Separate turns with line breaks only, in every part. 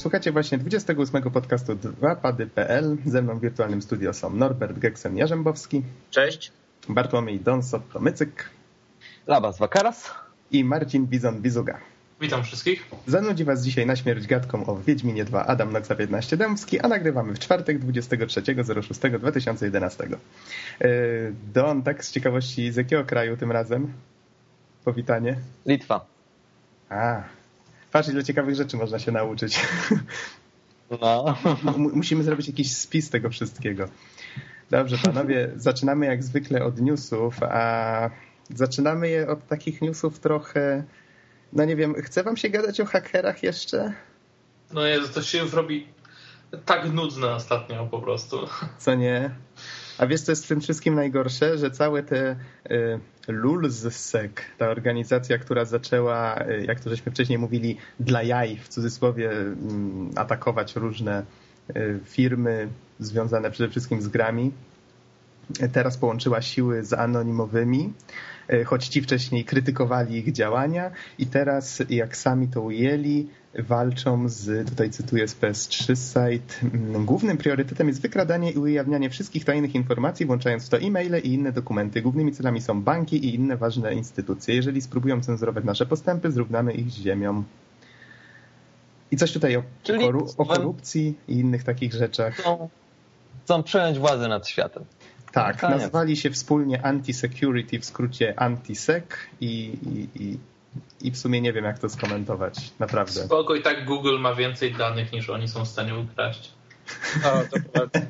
Słuchajcie właśnie 28 podcastu 2pady.pl. Ze mną w wirtualnym studio są Norbert Geksen-Jarzębowski.
Cześć.
Bartłomiej Donsot-Tomycyk.
Labas Wakaras.
I Marcin Bizon-Bizuga.
Witam wszystkich.
Zanudzi was dzisiaj na śmierć gadką o Wiedźminie 2 Adam Noxa 15 Dębski, a nagrywamy w czwartek 23.06.2011. Don, tak z ciekawości, z jakiego kraju tym razem? Powitanie.
Litwa.
Patrz, ile ciekawych rzeczy można się nauczyć.
No.
Musimy zrobić jakiś spis tego wszystkiego. Dobrze, panowie, zaczynamy jak zwykle od newsów, a zaczynamy je od takich newsów trochę, no nie wiem, chce wam się gadać o hakerach jeszcze?
No Jezu, to się już robi tak nudne ostatnio po prostu.
Co nie? A wiesz, co jest w tym wszystkim najgorsze? Że całe te LulzSec, ta organizacja, która zaczęła, jak to żeśmy wcześniej mówili, dla jaj, w cudzysłowie, atakować różne firmy związane przede wszystkim z grami, teraz połączyła siły z anonimowymi, choć ci wcześniej krytykowali ich działania i teraz, jak sami to ujęli, walczą z, tutaj cytuję z PS3 site, głównym priorytetem jest wykradanie i ujawnianie wszystkich tajnych informacji, włączając w to e-maile i inne dokumenty. Głównymi celami są banki i inne ważne instytucje. Jeżeli spróbują cenzurować nasze postępy, zrównamy ich z ziemią. I coś tutaj o korupcji i innych takich rzeczach.
Chcą przejąć władzę nad światem.
Tak, nazwali się wspólnie Anti-Security, w skrócie Anti-Sec i w sumie nie wiem, jak to skomentować, naprawdę.
Spoko, i tak Google ma więcej danych, niż oni są w stanie ukraść.
Dokładnie.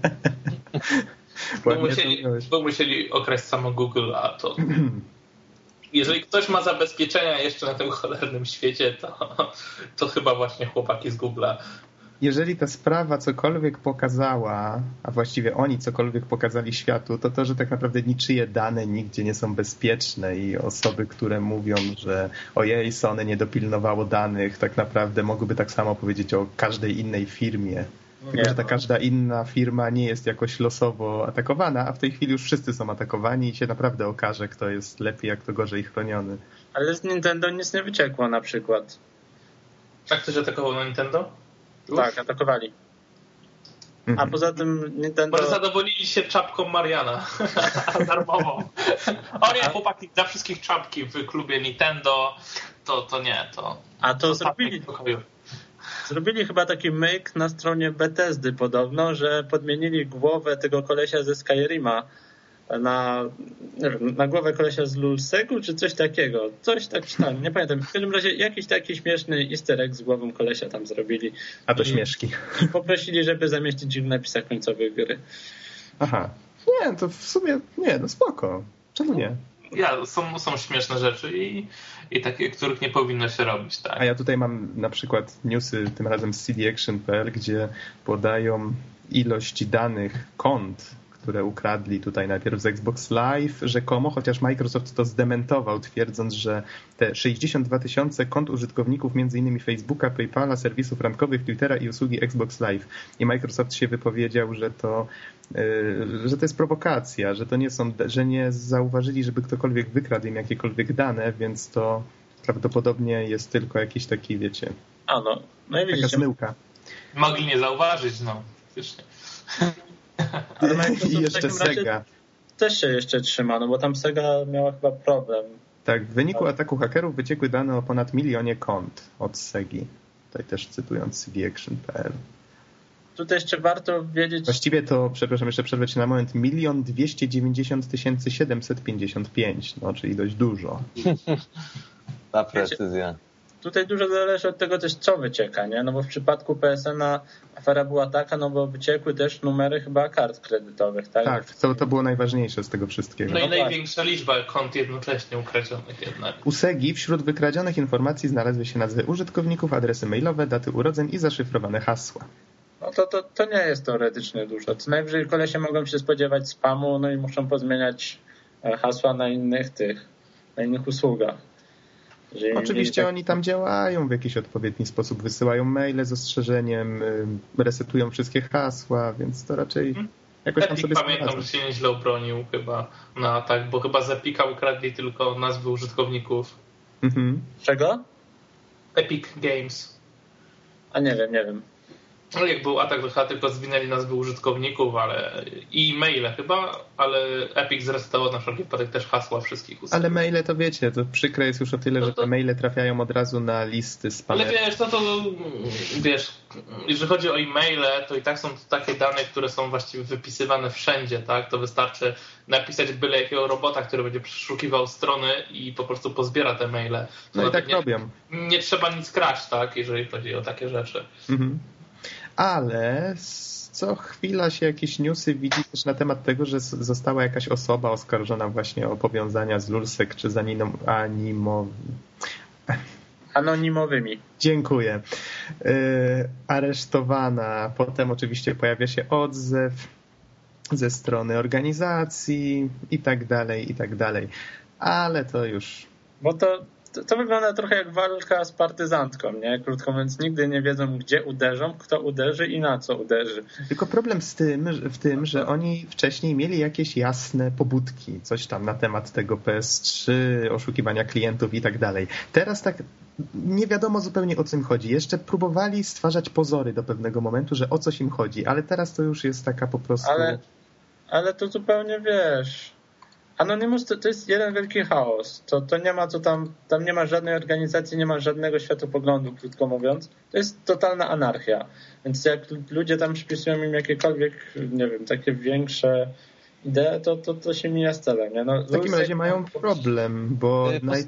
Bo musieli okraść samo Google, a to... Jeżeli ktoś ma zabezpieczenia jeszcze na tym cholernym świecie, to chyba właśnie chłopaki z Google'a.
Jeżeli ta sprawa cokolwiek pokazała, a właściwie oni cokolwiek pokazali światu, to że tak naprawdę niczyje dane nigdzie nie są bezpieczne i osoby, które mówią, że ojej, Sony nie dopilnowało danych, tak naprawdę mogłyby tak samo powiedzieć o każdej innej firmie. Tylko, że ta każda inna firma nie jest jakoś losowo atakowana, a w tej chwili już wszyscy są atakowani i się naprawdę okaże, kto jest lepiej, a kto gorzej chroniony.
Ale z Nintendo nic nie wyciekło na przykład.
Tak ktoś atakował na Nintendo? Już?
Tak, atakowali. A poza tym Nintendo...
Może zadowolili się czapką Mariana. Darmową. O nie, chłopaki, dla wszystkich czapki w klubie Nintendo, to nie, to...
A to zrobili chyba taki myk na stronie Bethesdy podobno, że podmienili głowę tego kolesia ze Skyrima na głowę kolesia z LulzSecu, czy coś takiego. Coś tak czytałem, nie pamiętam. W każdym razie jakiś taki śmieszny easter egg z głową kolesia tam zrobili.
A to śmieszki.
I poprosili, żeby zamieścić ich w napisach końcowych gry.
Aha. Nie, to w sumie, no spoko. Czemu nie?
Są śmieszne rzeczy i takie, których nie powinno się robić. Tak.
A ja tutaj mam na przykład newsy, tym razem z cdaction.pl, gdzie podają ilość danych kont, które ukradli tutaj najpierw z Xbox Live rzekomo, chociaż Microsoft to zdementował, twierdząc, że te 62 000 kont użytkowników m.in. Facebooka, PayPala, serwisów randkowych, Twittera i usługi Xbox Live. I Microsoft się wypowiedział, że to jest prowokacja, że to nie są, że nie zauważyli, żeby ktokolwiek wykradł im jakiekolwiek dane, więc to prawdopodobnie jest tylko jakiś taki, wiecie,
no i
taka zmyłka.
Mogli nie zauważyć, faktycznie.
Ale
i jeszcze Sega.
Też się jeszcze trzyma, bo tam Sega miała chyba problem.
Tak, w wyniku ataku hakerów wyciekły dane o ponad 1 milionie kont od Segi. Tutaj też cytując cdaction.pl.
Tutaj jeszcze warto wiedzieć...
Właściwie to, przepraszam, jeszcze przerwę ci na moment, 1 290 755, czyli dość dużo.
Ta precyzja.
Tutaj dużo zależy od tego też, co wycieka, nie? No bo w przypadku PSN-a afera była taka, bo wyciekły też numery chyba kart kredytowych, tak?
Tak, to było najważniejsze z tego wszystkiego.
No i największa liczba kont jednocześnie ukradzionych jednak.
U Segi wśród wykradzionych informacji znalazły się nazwy użytkowników, adresy mailowe, daty urodzeń i zaszyfrowane hasła.
No to nie jest teoretycznie dużo. Co najwyżej kolesie mogą się spodziewać spamu, i muszą pozmieniać hasła na innych usługach.
Oczywiście oni tam działają w jakiś odpowiedni sposób, wysyłają maile z ostrzeżeniem, resetują wszystkie hasła, więc to raczej jakoś tam sobie
pamiętam, że się nieźle obronił chyba na atak, bo chyba z Epica ukradli tylko nazwy użytkowników.
Czego?
Epic Games.
A nie wiem.
No jak był atak, to chyba tylko zwinęli nazwy użytkowników, i maile chyba, ale Epic zresetował na wszelki wypadek też hasła wszystkich usług.
Ale maile to wiecie, to przykre jest już o tyle, że te maile trafiają od razu na listy spamerów.
Ale wiesz, jeżeli chodzi o e-maile, to i tak są to takie dane, które są właściwie wypisywane wszędzie, tak? To wystarczy napisać byle jakiego robota, który będzie przeszukiwał strony i po prostu pozbiera te maile. To
no i tak robią.
Nie trzeba nic kraść, tak? Jeżeli chodzi o takie rzeczy.
Mhm. Ale co chwila się jakieś newsy widzi też na temat tego, że została jakaś osoba oskarżona właśnie o powiązania z Lulzsec czy z
anonimowymi.
Dziękuję. Aresztowana. Potem oczywiście pojawia się odzew ze strony organizacji i tak dalej. Ale to już...
Bo to wygląda trochę jak walka z partyzantką, nie? Krótko mówiąc, nigdy nie wiedzą, gdzie uderzą, kto uderzy i na co uderzy.
Tylko problem w tym, że oni wcześniej mieli jakieś jasne pobudki, coś tam na temat tego PS3, oszukiwania klientów i tak dalej. Teraz tak nie wiadomo zupełnie o co im chodzi. Jeszcze próbowali stwarzać pozory do pewnego momentu, że o coś im chodzi, ale teraz to już jest taka po prostu...
Ale to zupełnie wiesz... Anonymous to jest jeden wielki chaos. To nie ma tam nie ma żadnej organizacji, nie ma żadnego światopoglądu, krótko mówiąc. To jest totalna anarchia. Więc jak ludzie tam przypisują im jakiekolwiek, nie wiem, takie większe idee, to się mija z celem. Nie? No,
w takim razie mają problem, bo...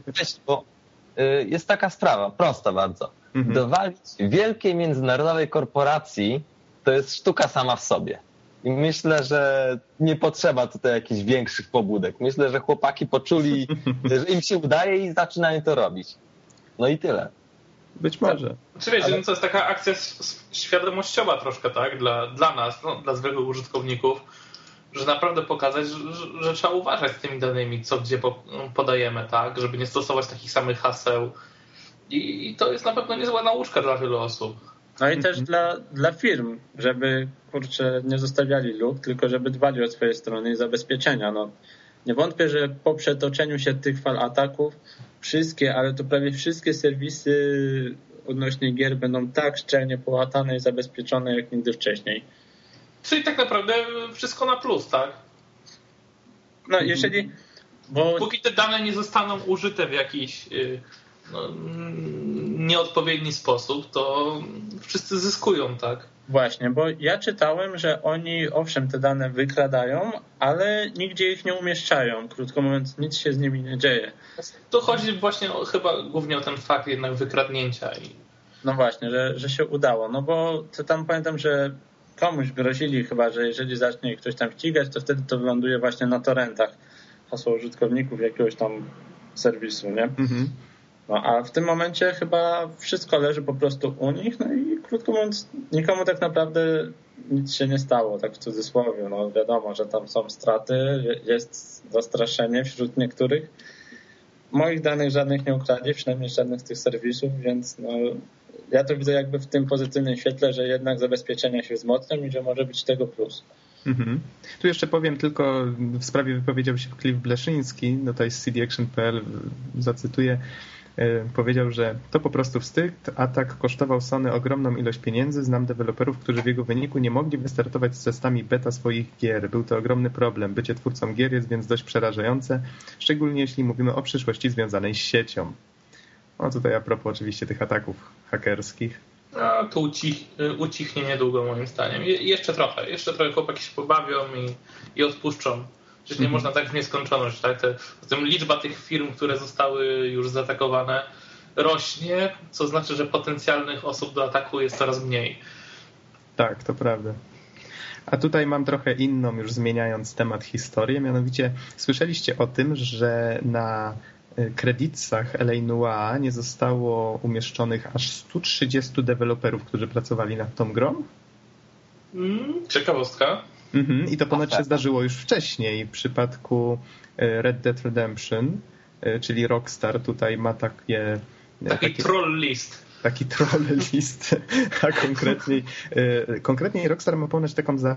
Jest taka sprawa, prosta bardzo. Dowalić wielkiej międzynarodowej korporacji to jest sztuka sama w sobie. I myślę, że nie potrzeba tutaj jakichś większych pobudek. Myślę, że chłopaki poczuli, że im się udaje i zaczynają to robić. No i tyle.
Być może.
Czy wiesz, to jest taka akcja świadomościowa troszkę, tak? Dla nas, dla zwykłych użytkowników, że naprawdę pokazać, że trzeba uważać z tymi danymi, co gdzie podajemy, tak? Żeby nie stosować takich samych haseł. I to jest na pewno niezła nauczka dla wielu osób.
No i też dla firm, żeby nie zostawiali luk, tylko żeby dbali o swoje strony i zabezpieczenia. No, nie wątpię, że po przetoczeniu się tych fal ataków ale to prawie wszystkie serwisy odnośnie gier będą tak szczelnie połatane i zabezpieczone jak nigdy wcześniej.
Czyli tak naprawdę wszystko na plus, tak?
No jeżeli...
Póki te dane nie zostaną użyte w jakiś nieodpowiedni sposób, to wszyscy zyskują, tak?
Właśnie, bo ja czytałem, że oni owszem te dane wykradają, ale nigdzie ich nie umieszczają. Krótko mówiąc, nic się z nimi nie dzieje.
To chodzi właśnie chyba głównie o ten fakt jednak wykradnięcia.
No właśnie, że się udało. No bo to tam pamiętam, że komuś grozili chyba, że jeżeli zacznie ktoś tam ścigać, to wtedy to wyląduje właśnie na torrentach hasło użytkowników jakiegoś tam serwisu, nie? Mhm. No a w tym momencie chyba wszystko leży po prostu u nich, no i krótko mówiąc nikomu tak naprawdę nic się nie stało, tak w cudzysłowie. No wiadomo, że tam są straty, jest zastraszenie wśród niektórych. Moich danych żadnych nie ukradli, przynajmniej żadnych z tych serwisów, więc no, ja to widzę jakby w tym pozytywnym świetle, że jednak zabezpieczenia się wzmocnią i że może być tego plus.
Mhm. Tu jeszcze powiem tylko, w sprawie wypowiedział się Cliff Bleszyński, no to jest cdaction.pl, zacytuję, powiedział, że to po prostu wstyd, atak kosztował Sony ogromną ilość pieniędzy, znam deweloperów, którzy w jego wyniku nie mogli wystartować z testami beta swoich gier. Był to ogromny problem. Bycie twórcą gier jest więc dość przerażające, szczególnie jeśli mówimy o przyszłości związanej z siecią. No tutaj a propos oczywiście tych ataków hakerskich.
A to ucichnie niedługo moim zdaniem. Jeszcze trochę chłopaki się pobawią i odpuszczą. Przecież nie można tak w nieskończoność. Tak? Potem liczba tych firm, które zostały już zaatakowane rośnie, co znaczy, że potencjalnych osób do ataku jest coraz mniej.
Tak, to prawda. A tutaj mam trochę inną, już zmieniając temat, historię. Mianowicie słyszeliście o tym, że na kredytach LA Noire nie zostało umieszczonych aż 130 deweloperów, którzy pracowali nad tą grą?
Ciekawostka.
I to ponoć się zdarzyło już wcześniej w przypadku Red Dead Redemption, czyli Rockstar tutaj ma
taki troll list.
Taki troll list, a konkretniej Rockstar ma ponoć taką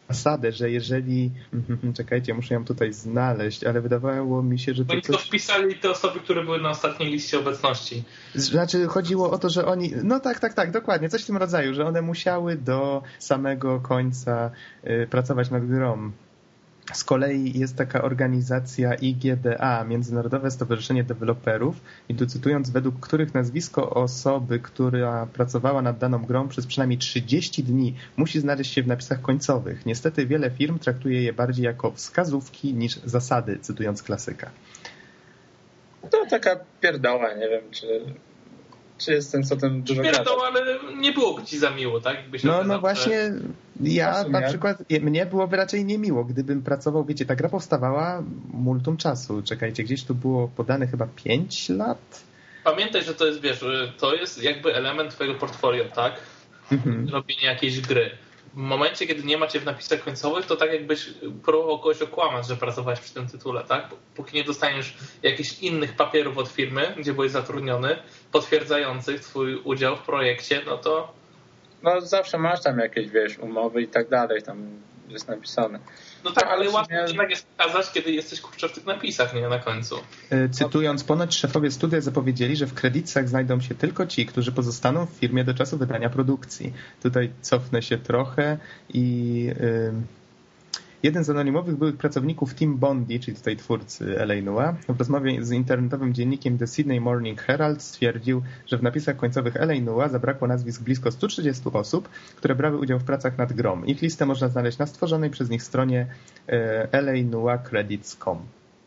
zasadę, że jeżeli... Czekajcie, muszę ją tutaj znaleźć, ale wydawało mi się, że to...
Oni to wpisali te osoby, które były na ostatniej liście obecności.
Znaczy chodziło o to, że oni... No tak, dokładnie, coś w tym rodzaju, że one musiały do samego końca pracować nad grą. Z kolei jest taka organizacja IGDA, Międzynarodowe Stowarzyszenie Deweloperów, i tu cytując, według których nazwisko osoby, która pracowała nad daną grą przez przynajmniej 30 dni, musi znaleźć się w napisach końcowych. Niestety wiele firm traktuje je bardziej jako wskazówki niż zasady, cytując klasyka.
To taka pierdoła, nie wiem, czy jestem co tym dużo
pierdoła, ale nie byłoby ci za miło, tak?
No właśnie, ja na przykład, mnie byłoby raczej niemiło, gdybym pracował, wiecie, ta gra powstawała multum czasu. Czekajcie, gdzieś tu było podane chyba 5 lat?
Pamiętaj, że to jest, wiesz, to jest jakby element twojego portfolio, tak? Robienie jakiejś gry. W momencie, kiedy nie macie w napisach końcowych, to tak jakbyś próbował kogoś okłamać, że pracowałeś przy tym tytule, tak? Póki nie dostaniesz jakichś innych papierów od firmy, gdzie byłeś zatrudniony, potwierdzających twój udział w projekcie, no to...
No zawsze masz tam jakieś, wiesz, umowy i tak dalej, tam jest napisane.
No tak, ale łatwo jednak jest pokazać, kiedy jesteś, kurczę, w tych napisach, nie na końcu.
Cytując, ponoć szefowie studia zapowiedzieli, że w kredytach znajdą się tylko ci, którzy pozostaną w firmie do czasu wydania produkcji. Tutaj cofnę się trochę i jeden z anonimowych byłych pracowników Tim Bondi, czyli tutaj twórcy L.A. Noire, w rozmowie z internetowym dziennikiem The Sydney Morning Herald stwierdził, że w napisach końcowych L.A. Noire zabrakło nazwisk blisko 130 osób, które brały udział w pracach nad grą. Ich listę można znaleźć na stworzonej przez nich stronie lanourecredits.com.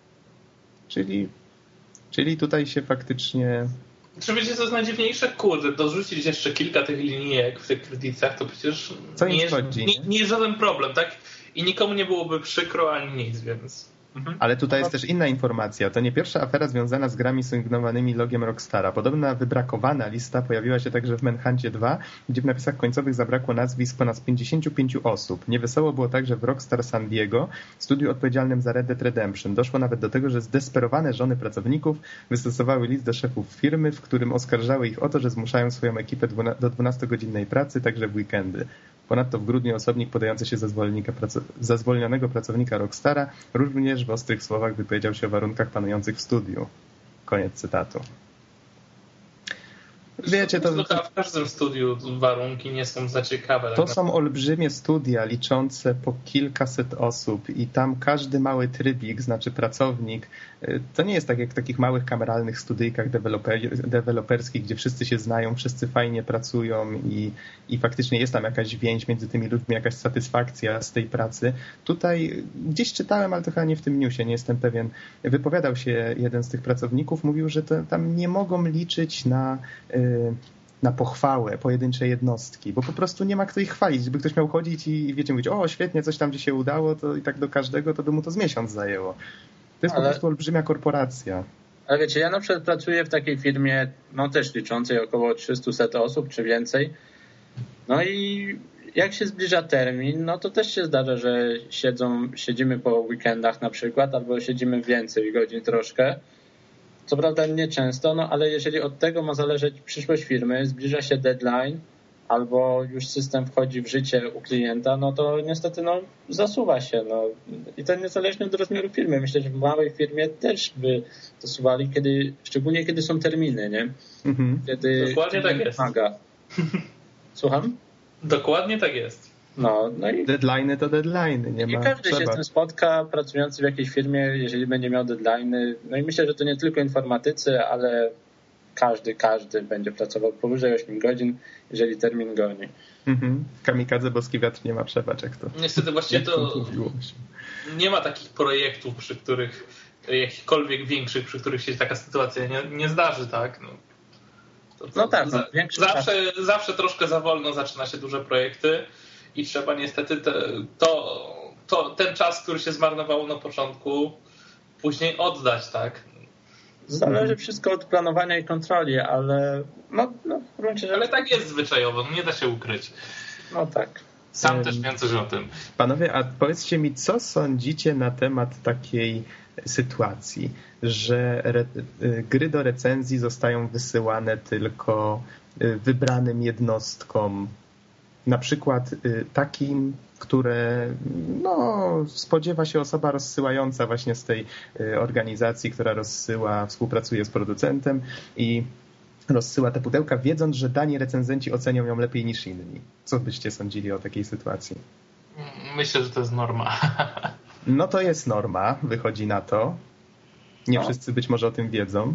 Czyli tutaj się faktycznie...
Czy wiecie, co jest najdziwniejsze? Kurde, dorzucić jeszcze kilka tych linijek w tych kredytach, to przecież nie jest żaden problem, tak? I nikomu nie byłoby przykro ani nic, więc...
Ale tutaj jest też inna informacja. To nie pierwsza afera związana z grami sygnowanymi logiem Rockstara. Podobna wybrakowana lista pojawiła się także w Manhuncie 2, gdzie w napisach końcowych zabrakło nazwisk ponad 55 osób. Niewesoło było także w Rockstar San Diego, studiu odpowiedzialnym za Red Dead Redemption. Doszło nawet do tego, że zdesperowane żony pracowników wystosowały list do szefów firmy, w którym oskarżały ich o to, że zmuszają swoją ekipę do 12-godzinnej pracy, także w weekendy. Ponadto w grudniu osobnik podający się za zwolnionego pracownika Rockstara również w ostrych słowach wypowiedział się o warunkach panujących w studiu. Koniec cytatu. Wiecie, to
w każdym studiu warunki nie są za ciekawe.
To są olbrzymie studia liczące po kilkaset osób i tam każdy mały trybik, znaczy pracownik, to nie jest tak jak w takich małych kameralnych studyjkach deweloperskich, gdzie wszyscy się znają, wszyscy fajnie pracują i faktycznie jest tam jakaś więź między tymi ludźmi, jakaś satysfakcja z tej pracy. Tutaj gdzieś czytałem, ale to chyba nie w tym newsie, nie jestem pewien. Wypowiadał się jeden z tych pracowników, mówił, że tam nie mogą liczyć na pochwałę pojedyncze jednostki, bo po prostu nie ma kto ich chwalić. Gdyby ktoś miał chodzić i wiecie, mówić, o świetnie, coś tam gdzie się udało, to i tak do każdego, to by mu to z miesiąc zajęło. To jest po prostu olbrzymia korporacja.
Ale wiecie, ja na przykład pracuję w takiej firmie, no też liczącej około 300 osób czy więcej. No i jak się zbliża termin, no to też się zdarza, że siedzimy po weekendach na przykład, albo siedzimy więcej godzin troszkę. Co prawda nie często, no ale jeżeli od tego ma zależeć przyszłość firmy, zbliża się deadline albo już system wchodzi w życie u klienta, no to niestety zasuwa się. No. I to niezależnie od rozmiaru firmy. Myślę, że w małej firmie też by zasuwali, szczególnie kiedy są terminy, nie?
Dokładnie tak jest.
Pomaga. Słucham?
Dokładnie tak jest.
No i
deadline'y to deadline'y, nie ma.
I każdy się z tym spotka, pracujący w jakiejś firmie, jeżeli będzie miał deadline'y. No i myślę, że to nie tylko informatycy, ale każdy będzie pracował powyżej 8 godzin, jeżeli termin goni.
Kamikadze, boski wiatr nie ma przebacz, jak to.
Niestety właściwie to nie ma takich projektów, przy których jakichkolwiek większych, przy których się taka sytuacja nie zdarzy, tak? Zawsze troszkę za wolno zaczyna się duże projekty i trzeba niestety ten czas, który się zmarnowało na początku, później oddać, tak?
Zależy wszystko od planowania i kontroli, ale w gruncie rzeczy...
Ale tak jest zwyczajowo, nie da się ukryć.
No tak.
Sam też wiem coś o tym.
Panowie, a powiedzcie mi, co sądzicie na temat takiej sytuacji, że gry do recenzji zostają wysyłane tylko wybranym jednostkom na przykład takim, które spodziewa się osoba rozsyłająca właśnie z tej organizacji, która współpracuje z producentem i rozsyła te pudełka, wiedząc, że dani recenzenci ocenią ją lepiej niż inni. Co byście sądzili o takiej sytuacji?
Myślę, że to jest norma.
No to jest norma, wychodzi na to. Nie wszyscy być może o tym wiedzą.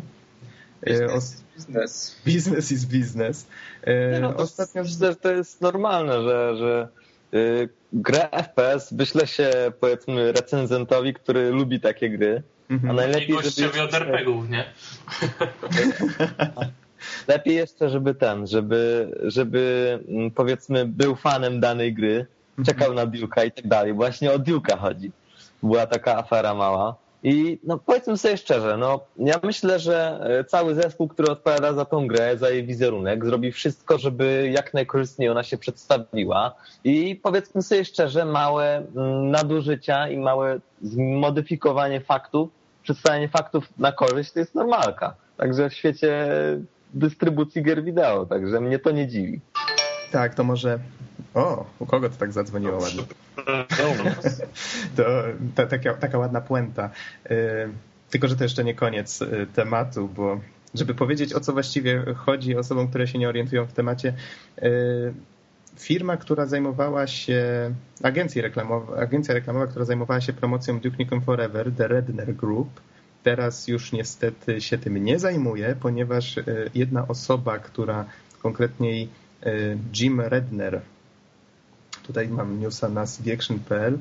Business is business.
Ostatnio myślę, że to jest normalne, że grę FPS wyśle się, powiedzmy, recenzentowi, który lubi takie gry. A najlepiej,
i gościowi od RPGów, nie?
Lepiej jeszcze, żeby powiedzmy był fanem danej gry, czekał na Duke'a i tak dalej. Właśnie o Duke'a chodzi. Była taka afera mała. I powiedzmy sobie szczerze, ja myślę, że cały zespół, który odpowiada za tą grę, za jej wizerunek, zrobi wszystko, żeby jak najkorzystniej ona się przedstawiła. I powiedzmy sobie szczerze, małe nadużycia i małe zmodyfikowanie faktów, przedstawienie faktów na korzyść to jest normalka. Także w świecie dystrybucji gier wideo, także mnie to nie dziwi.
Tak, to może... u kogo to tak zadzwoniło ładnie? To taka ładna puenta. Tylko, że to jeszcze nie koniec tematu, bo żeby powiedzieć, o co właściwie chodzi osobom, które się nie orientują w temacie, firma, która zajmowała się, agencja reklamowa, która zajmowała się promocją Duke Nukem Forever, The Redner Group, teraz już niestety się tym nie zajmuje, ponieważ jedna osoba, która konkretniej Jim Redner, tutaj mam newsa na cdaction.pl,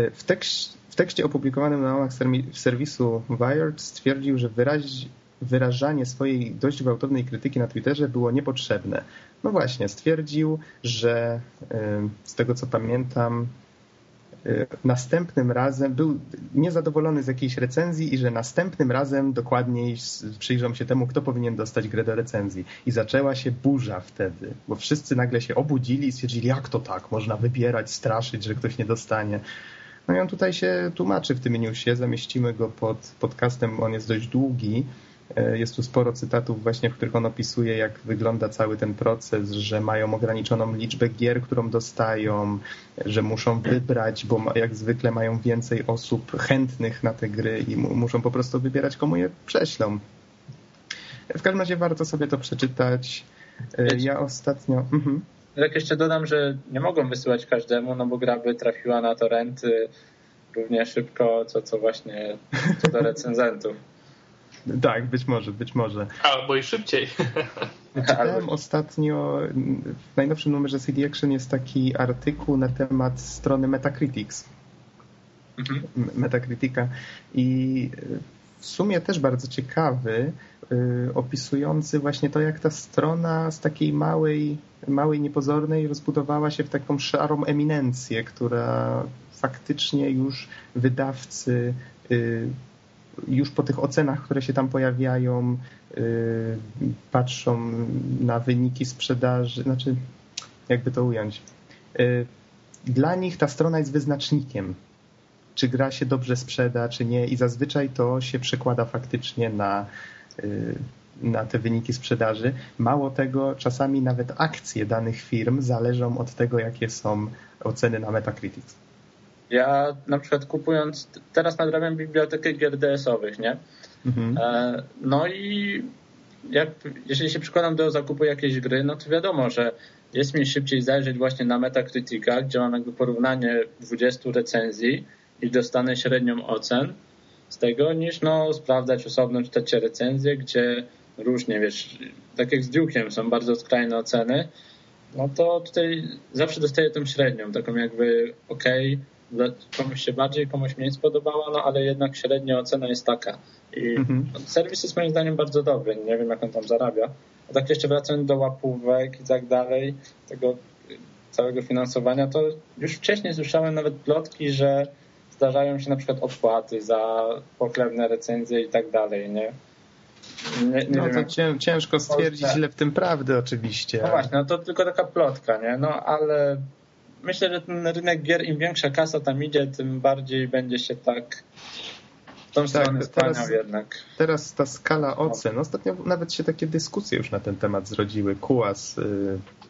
w tekście opublikowanym na łamach serwisu Wired stwierdził, że wyrażanie swojej dość gwałtownej krytyki na Twitterze było niepotrzebne. No właśnie, stwierdził, że z tego co pamiętam, następnym razem był niezadowolony z jakiejś recenzji i że następnym razem dokładniej przyjrzą się temu, kto powinien dostać grę do recenzji. I zaczęła się burza wtedy, bo wszyscy nagle się obudzili i stwierdzili, jak to tak, można wybierać, straszyć, że ktoś nie dostanie. No i on tutaj się tłumaczy w tym newsie, zamieścimy go pod podcastem, on jest dość długi. Jest tu sporo cytatów właśnie, w których on opisuje, jak wygląda cały ten proces, że mają ograniczoną liczbę gier, którą dostają, że muszą wybrać, bo jak zwykle mają więcej osób chętnych na te gry i muszą po prostu wybierać, komu je prześlą. W każdym razie warto sobie to przeczytać. Ja ostatnio...
Tak jeszcze dodam, że nie mogą wysyłać każdemu, bo gra by trafiła na torrenty równie szybko, co właśnie co do recenzentów.
Tak, być może.
Albo i szybciej.
Czytałem ostatnio, w najnowszym numerze CD Action jest taki artykuł na temat strony Metacritics. Metacritica i w sumie też bardzo ciekawy, opisujący właśnie to, jak ta strona z takiej małej niepozornej rozbudowała się w taką szarą eminencję, która faktycznie już wydawcy już po tych ocenach, które się tam pojawiają, patrzą na wyniki sprzedaży, znaczy, jakby to ująć. Dla nich ta strona jest wyznacznikiem, czy gra się dobrze sprzeda, czy nie i zazwyczaj to się przekłada faktycznie na te wyniki sprzedaży. Mało tego, czasami nawet akcje danych firm zależą od tego, jakie są oceny na Metacritic.
Ja na przykład kupując, teraz nadrabiam bibliotekę gier DS-owych, nie? No i jeżeli się przykładam do zakupu jakiejś gry, no to wiadomo, że jest mi szybciej zajrzeć właśnie na Metacritica, gdzie mam jakby porównanie 20 recenzji i dostanę średnią ocen z tego, niż sprawdzać osobno, czytać recenzje, gdzie różnie, wiesz, tak jak z Duke'iem są bardzo skrajne oceny, no to tutaj zawsze dostaję tą średnią, taką jakby komuś się bardziej, komuś mniej spodobała, ale jednak średnia ocena jest taka. I serwis jest moim zdaniem bardzo dobry, nie wiem jak on tam zarabia. A tak jeszcze wracając do łapówek i tak dalej, tego całego finansowania, to już wcześniej słyszałem nawet plotki, że zdarzają się na przykład opłaty za pochlebne recenzje i tak dalej, nie? Nie
wiem,
to
ciężko stwierdzić, ile w tym prawdy oczywiście.
No właśnie, to tylko taka plotka, nie? Ale myślę, że ten rynek gier, im większa kasa tam idzie, tym bardziej będzie się tak w tą stronę skłaniał jednak.
Teraz ta skala ocen. Ostatnio nawet się takie dyskusje już na ten temat zrodziły. Kułas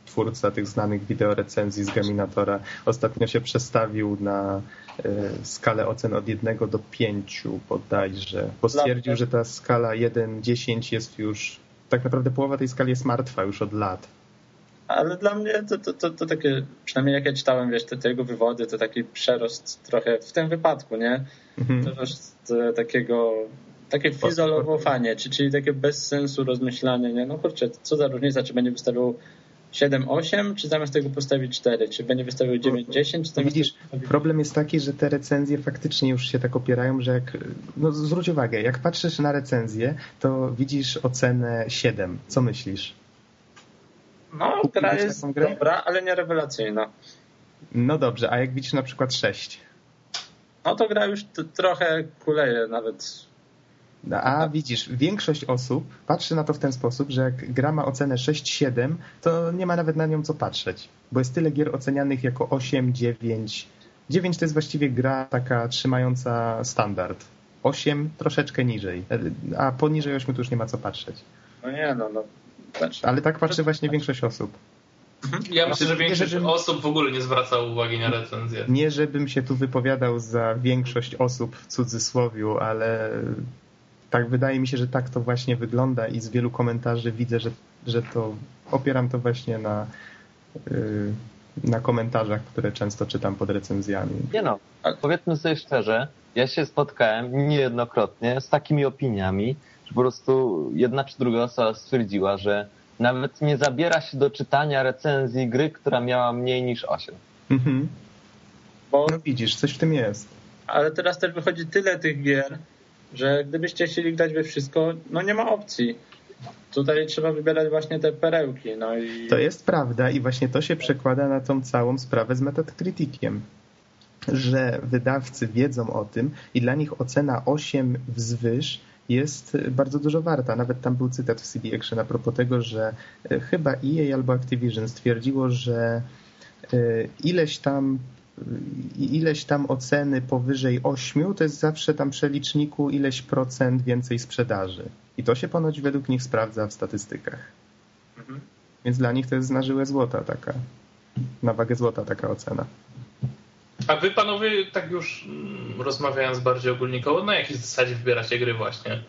twórca tych znanych wideorecenzji z Gaminatora, ostatnio się przestawił na skalę ocen od 1 do 5 bodajże, bo stwierdził, że ta skala 1-10 jest już, tak naprawdę połowa tej skali jest martwa już od lat.
Ale dla mnie to takie, przynajmniej jak ja czytałem, wiesz, te jego wywody, to taki przerost trochę w tym wypadku, nie? Przerost takie fizolowanie, czyli takie bez sensu rozmyślanie, nie? No kurczę, co za różnica, czy będzie wystawiał 7-8, czy zamiast tego postawić 4, czy będzie wystawiał 9-10?
Widzisz, problem jest taki, że te recenzje faktycznie już się tak opierają, że zwróć uwagę, jak patrzysz na recenzję, to widzisz ocenę 7. Co myślisz?
No, gra jest dobra, ale nie rewelacyjna.
No dobrze, a jak widzisz na przykład 6?
No to gra już trochę kuleje nawet.
A widzisz, większość osób patrzy na to w ten sposób, że jak gra ma ocenę 6-7, to nie ma nawet na nią co patrzeć, bo jest tyle gier ocenianych jako 8, 9. 9 to jest właściwie gra taka trzymająca standard. 8 troszeczkę niżej, a poniżej 8 to już nie ma co patrzeć.
No nie, no.
Ale tak patrzy właśnie większość osób.
Ja myślę, że większość osób w ogóle nie zwraca uwagi na recenzję.
Nie, żebym się tu wypowiadał za większość osób w cudzysłowiu, ale tak wydaje mi się, że tak to właśnie wygląda i z wielu komentarzy widzę, że to opieram to właśnie na komentarzach, które często czytam pod recenzjami.
Nie no, powiedzmy sobie szczerze, ja się spotkałem niejednokrotnie z takimi opiniami, że po prostu jedna czy druga osoba stwierdziła, że nawet nie zabiera się do czytania recenzji gry, która miała mniej niż 8.
Mhm. No widzisz, coś w tym jest.
Ale teraz też wychodzi tyle tych gier, że gdybyście chcieli grać we wszystko, no nie ma opcji. Tutaj trzeba wybierać właśnie te perełki. No i...
To jest prawda i właśnie to się przekłada na tą całą sprawę z Metacriticiem, że wydawcy wiedzą o tym i dla nich ocena 8 wzwyż jest bardzo dużo warta. Nawet tam był cytat w CD Action a propos tego, że chyba EA albo Activision stwierdziło, że ileś tam oceny powyżej 8 to jest zawsze tam przeliczniku ileś procent więcej sprzedaży. I to się ponoć według nich sprawdza w statystykach. Mhm. Więc dla nich to jest na żyłę złota taka, na wagę złota taka ocena.
A wy panowie, tak już rozmawiając bardziej ogólnikowo, na jakiej zasadzie wybieracie gry właśnie?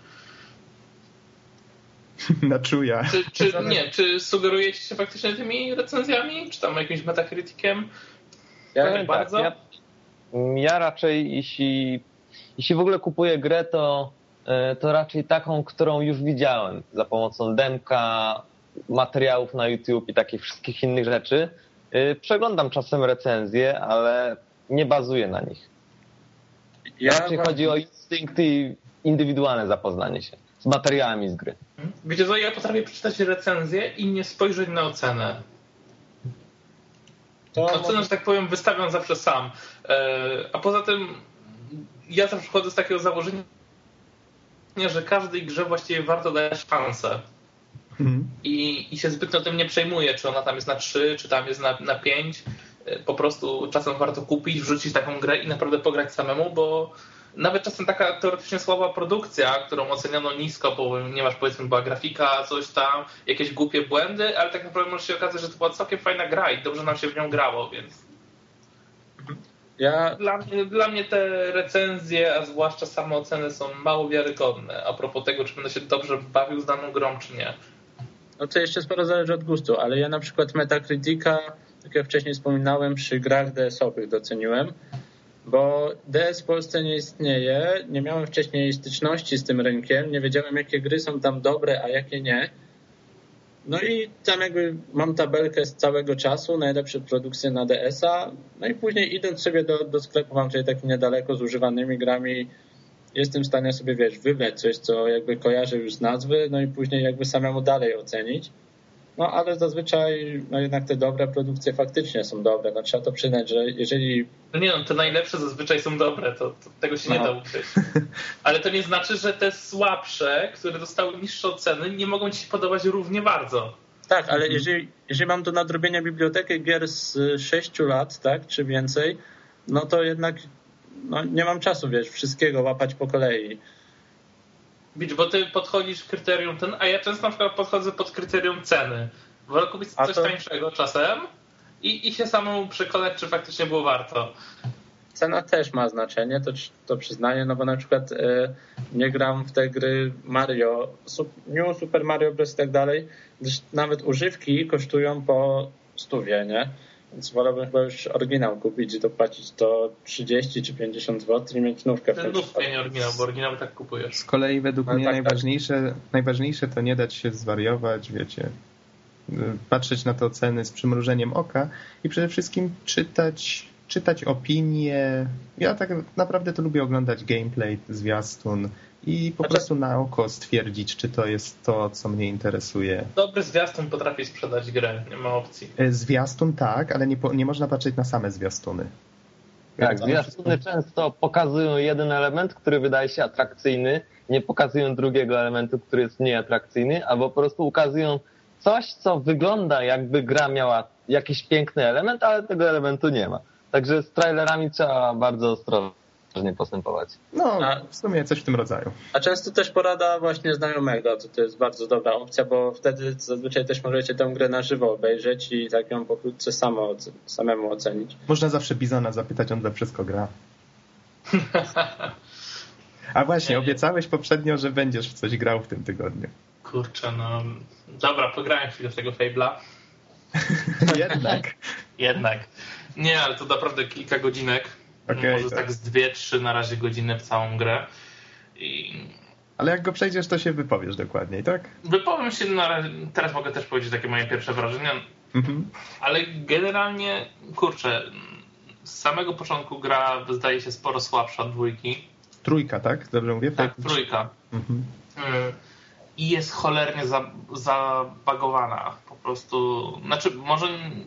Na czuja.
Czy sugerujecie się faktycznie tymi recenzjami? Czy tam jakimś Metacriticiem?
Ja raczej, jeśli w ogóle kupuję grę, to raczej taką, którą już widziałem za pomocą demka, materiałów na YouTube i takich wszystkich innych rzeczy. Przeglądam czasem recenzje, ale nie bazuję na nich. Raczej chodzi o instynkt i indywidualne zapoznanie się z materiałami z gry.
Wiecie co, ja potrafię przeczytać recenzję i nie spojrzeć na ocenę. Ocenę, że tak powiem, wystawiam zawsze sam. A poza tym ja zawsze chodzę z takiego założenia, że każdej grze właściwie warto dać szansę. I się zbytnio tym nie przejmuję, czy ona tam jest na 3, czy tam jest na 5. Po prostu czasem warto kupić, wrzucić taką grę i naprawdę pograć samemu, bo nawet czasem taka teoretycznie słaba produkcja, którą oceniono nisko, ponieważ powiedzmy była grafika, coś tam, jakieś głupie błędy, ale tak naprawdę może się okazać, że to była całkiem fajna gra i dobrze nam się w nią grało, więc dla mnie te recenzje, a zwłaszcza same oceny są mało wiarygodne a propos tego, czy będę się dobrze bawił z daną grą, czy nie.
No to jeszcze sporo zależy od gustu, ale ja na przykład Metacritica, tak jak wcześniej wspominałem, przy grach DS-owych doceniłem, bo DS w Polsce nie istnieje, nie miałem wcześniej styczności z tym rynkiem, nie wiedziałem, jakie gry są tam dobre, a jakie nie. No i tam jakby mam tabelkę z całego czasu, najlepsze produkcje na DS-a, no i później idąc sobie do sklepu, mam tutaj taki niedaleko z używanymi grami, jestem w stanie sobie, wybrać coś, co jakby kojarzę już z nazwy, no i później jakby samemu dalej ocenić. No ale zazwyczaj jednak te dobre produkcje faktycznie są dobre. No trzeba to przyznać, że jeżeli...
te najlepsze zazwyczaj są dobre, to tego się nie da ukryć. Ale to nie znaczy, że te słabsze, które dostały niższe oceny, nie mogą ci się podobać równie bardzo.
Tak, ale jeżeli mam do nadrobienia bibliotekę gier z 6 lat, tak, czy więcej, no to jednak nie mam czasu, wszystkiego łapać po kolei.
Bo ty podchodzisz kryterium a ja często na przykład podchodzę pod kryterium ceny. Wolę kupić coś tańszego czasem i się samemu przekonać, czy faktycznie było warto.
Cena też ma znaczenie, to przyznaję, no bo na przykład nie gram w te gry Mario, New Super Mario Bros. I tak dalej, gdyż nawet używki kosztują po 100, nie? Więc wolałbym chyba już oryginał kupić i dopłacić to 30 czy 50 zł i mieć nówkę.
Ten nówkę, nie oryginał, bo oryginał tak kupujesz.
Z kolei według mnie najważniejsze to nie dać się zwariować, wiecie, patrzeć na te oceny z przymrużeniem oka i przede wszystkim czytać opinie. Ja tak naprawdę to lubię oglądać gameplay, zwiastun i po prostu na oko stwierdzić, czy to jest to, co mnie interesuje.
Dobry zwiastun potrafi sprzedać grę, nie ma opcji.
Zwiastun tak, ale nie można patrzeć na same zwiastuny.
Tak, zwiastuny często pokazują jeden element, który wydaje się atrakcyjny, nie pokazują drugiego elementu, który jest mniej atrakcyjny, albo po prostu ukazują coś, co wygląda, jakby gra miała jakiś piękny element, ale tego elementu nie ma. Także z trailerami trzeba bardzo ostrożnie postępować.
No, w sumie coś w tym rodzaju.
A często też porada właśnie znajomego, to jest bardzo dobra opcja, bo wtedy zazwyczaj też możecie tę grę na żywo obejrzeć i tak ją pokrótce samemu ocenić.
Można zawsze Bizona zapytać, on we wszystko gra. A właśnie, obiecałeś poprzednio, że będziesz w coś grał w tym tygodniu.
Kurczę, no... Dobra, pograłem chwilę w tego Fable'a. Jednak. Nie, ale to naprawdę kilka godzinek. Może tak z 2-3 na razie godziny w całą grę.
Ale jak go przejdziesz, to się wypowiesz dokładniej, tak?
Wypowiem się na razie. Teraz mogę też powiedzieć takie moje pierwsze wrażenia. Ale generalnie, kurczę, z samego początku gra zdaje się sporo słabsza od 2.
3, tak? Dobrze mówię?
Tak, 3. I jest cholernie zabagowana. Po prostu, znaczy może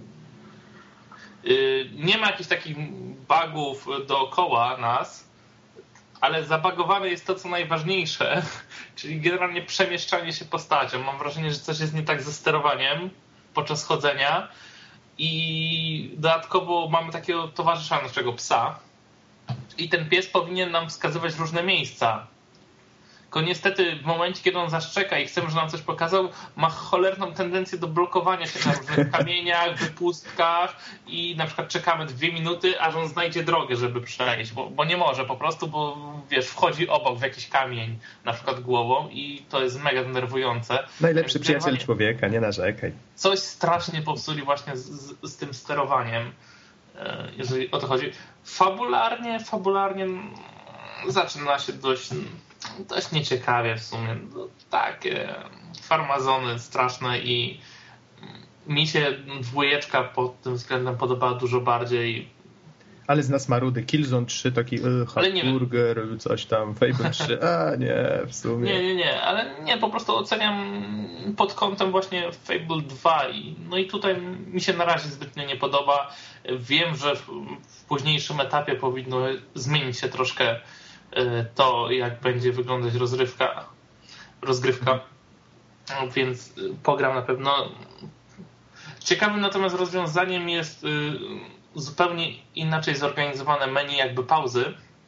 nie ma jakichś takich bugów dookoła nas, ale zabagowane jest to, co najważniejsze, czyli generalnie przemieszczanie się postacią. Mam wrażenie, że coś jest nie tak ze sterowaniem podczas chodzenia i dodatkowo mamy takiego towarzysza naszego psa i ten pies powinien nam wskazywać różne miejsca. Tylko niestety w momencie, kiedy on zaszczeka i chcemy, żeby nam coś pokazał, ma cholerną tendencję do blokowania się na różnych kamieniach, wypustkach i na przykład czekamy 2 minuty, aż on znajdzie drogę, żeby przejść, bo nie może po prostu, bo wiesz, wchodzi obok w jakiś kamień, na przykład głową i to jest mega denerwujące.
Najlepszy przyjaciel człowieka, nie narzekaj.
Coś strasznie popsuli właśnie z tym sterowaniem, jeżeli o to chodzi. Fabularnie zaczyna się dość nieciekawie w sumie. Takie farmazony straszne i mi się 2 pod tym względem podobała dużo bardziej.
Ale z nas marudy. Killzone 3 taki Burger, coś tam, Fable 3, w sumie.
Nie, ale nie, po prostu oceniam pod kątem właśnie Fable 2 i tutaj mi się na razie zbytnio nie podoba. Wiem, że w późniejszym etapie powinno zmienić się troszkę to, jak będzie wyglądać rozgrywka, więc pogram na pewno. Ciekawym natomiast rozwiązaniem jest zupełnie inaczej zorganizowane menu jakby pauzy,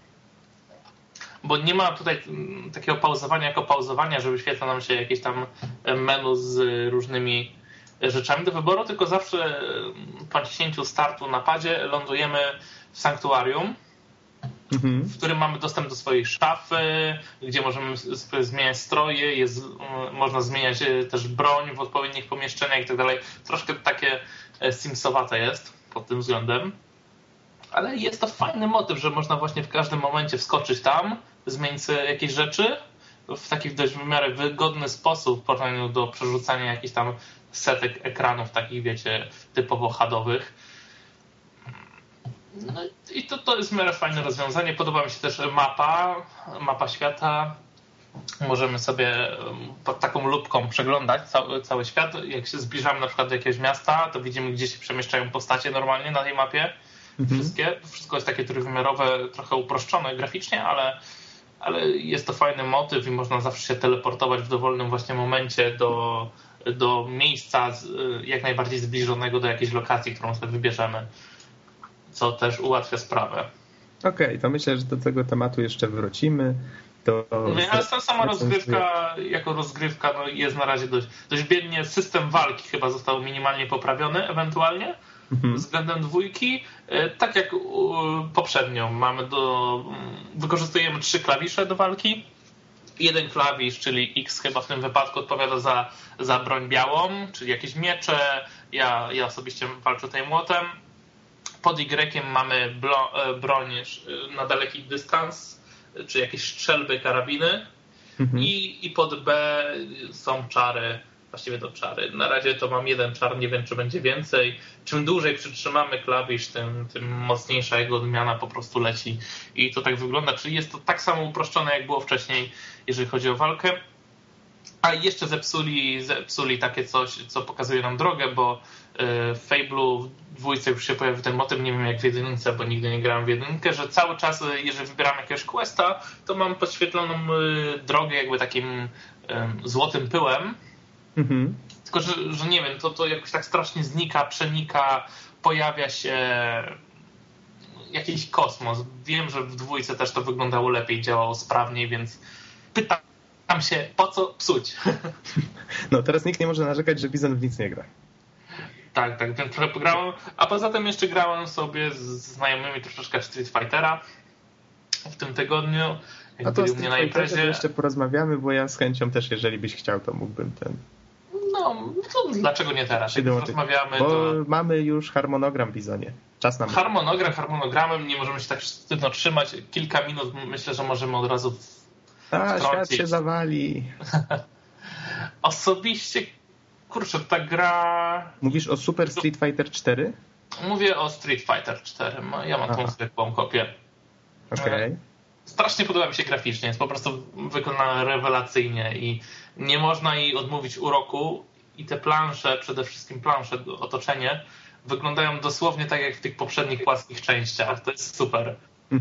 bo nie ma tutaj takiego pauzowania jako pauzowania, że wyświetla nam się jakieś tam menu z różnymi rzeczami do wyboru, tylko zawsze po naciśnięciu startu na padzie lądujemy w sanktuarium, w którym mamy dostęp do swojej szafy, gdzie możemy zmieniać stroje, można zmieniać też broń w odpowiednich pomieszczeniach i tak dalej. Troszkę takie simsowate jest pod tym względem, ale jest to fajny motyw, że można właśnie w każdym momencie wskoczyć tam, zmienić sobie jakieś rzeczy w taki dość w miarę wygodny sposób w porównaniu do przerzucania jakichś tam setek ekranów takich, wiecie, typowo HUD-owych. No i to jest w miarę fajne rozwiązanie. Podoba mi się też mapa świata. Możemy sobie pod taką lupką przeglądać cały świat. Jak się zbliżamy na przykład do jakiegoś miasta, to widzimy, gdzie się przemieszczają postacie normalnie na tej mapie. Wszystko jest takie trójwymiarowe, trochę uproszczone graficznie, ale jest to fajny motyw i można zawsze się teleportować w dowolnym właśnie momencie do miejsca jak najbardziej zbliżonego do jakiejś lokacji, którą sobie wybierzemy, co też ułatwia sprawę.
Okej, to myślę, że do tego tematu jeszcze wrócimy.
Ale ta sama rozgrywka jako rozgrywka jest na razie dość biednie. System walki chyba został minimalnie poprawiony ewentualnie względem 2. Tak jak poprzednio wykorzystujemy 3 klawisze do walki. Jeden klawisz, czyli X chyba w tym wypadku odpowiada za broń białą, czyli jakieś miecze. Ja osobiście walczę tutaj młotem. Pod Y mamy broń na daleki dystans, czy jakieś strzelby, karabiny. I pod B są czary, właściwie to czary. Na razie to mam 1 czar, nie wiem czy będzie więcej. Czym dłużej przytrzymamy klawisz, tym mocniejsza jego odmiana po prostu leci. I to tak wygląda, czyli jest to tak samo uproszczone jak było wcześniej, jeżeli chodzi o walkę. A jeszcze zepsuli takie coś, co pokazuje nam drogę, bo w Fable'u w 2 już się pojawił ten motyw, nie wiem jak w 1, bo nigdy nie grałem w 1, że cały czas, jeżeli wybieram jakiegoś questa, to mam podświetloną drogę jakby takim złotym pyłem. Tylko, że nie wiem, to jakoś tak strasznie znika, przenika, pojawia się jakiś kosmos. Wiem, że w 2 też to wyglądało lepiej, działało sprawniej, więc pytam się, po co psuć?
No teraz nikt nie może narzekać, że Bizon w nic nie gra.
Tak, więc trochę pograłem. A poza tym jeszcze grałem sobie z znajomymi troszeczkę w Street Fightera w tym tygodniu.
A to u mnie na imprezie jeszcze porozmawiamy, bo ja z chęcią też, jeżeli byś chciał, to mógłbym ten...
No, to dlaczego nie teraz? Jak rozmawiamy,
bo mamy już harmonogram w Bizonie. Czas nam...
Harmonogramem nie możemy się tak sztywno trzymać. Kilka minut myślę, że możemy od razu
świat się zawali.
Osobiście, kurczę, ta gra...
Mówisz o Super Street Fighter 4?
Mówię o Street Fighter 4. Ja mam tą zwykłą kopię.
Okej.
Strasznie podoba mi się graficznie. Jest po prostu wykonana rewelacyjnie i nie można jej odmówić uroku. I te plansze, przede wszystkim plansze, otoczenie, wyglądają dosłownie tak jak w tych poprzednich płaskich częściach. To jest super.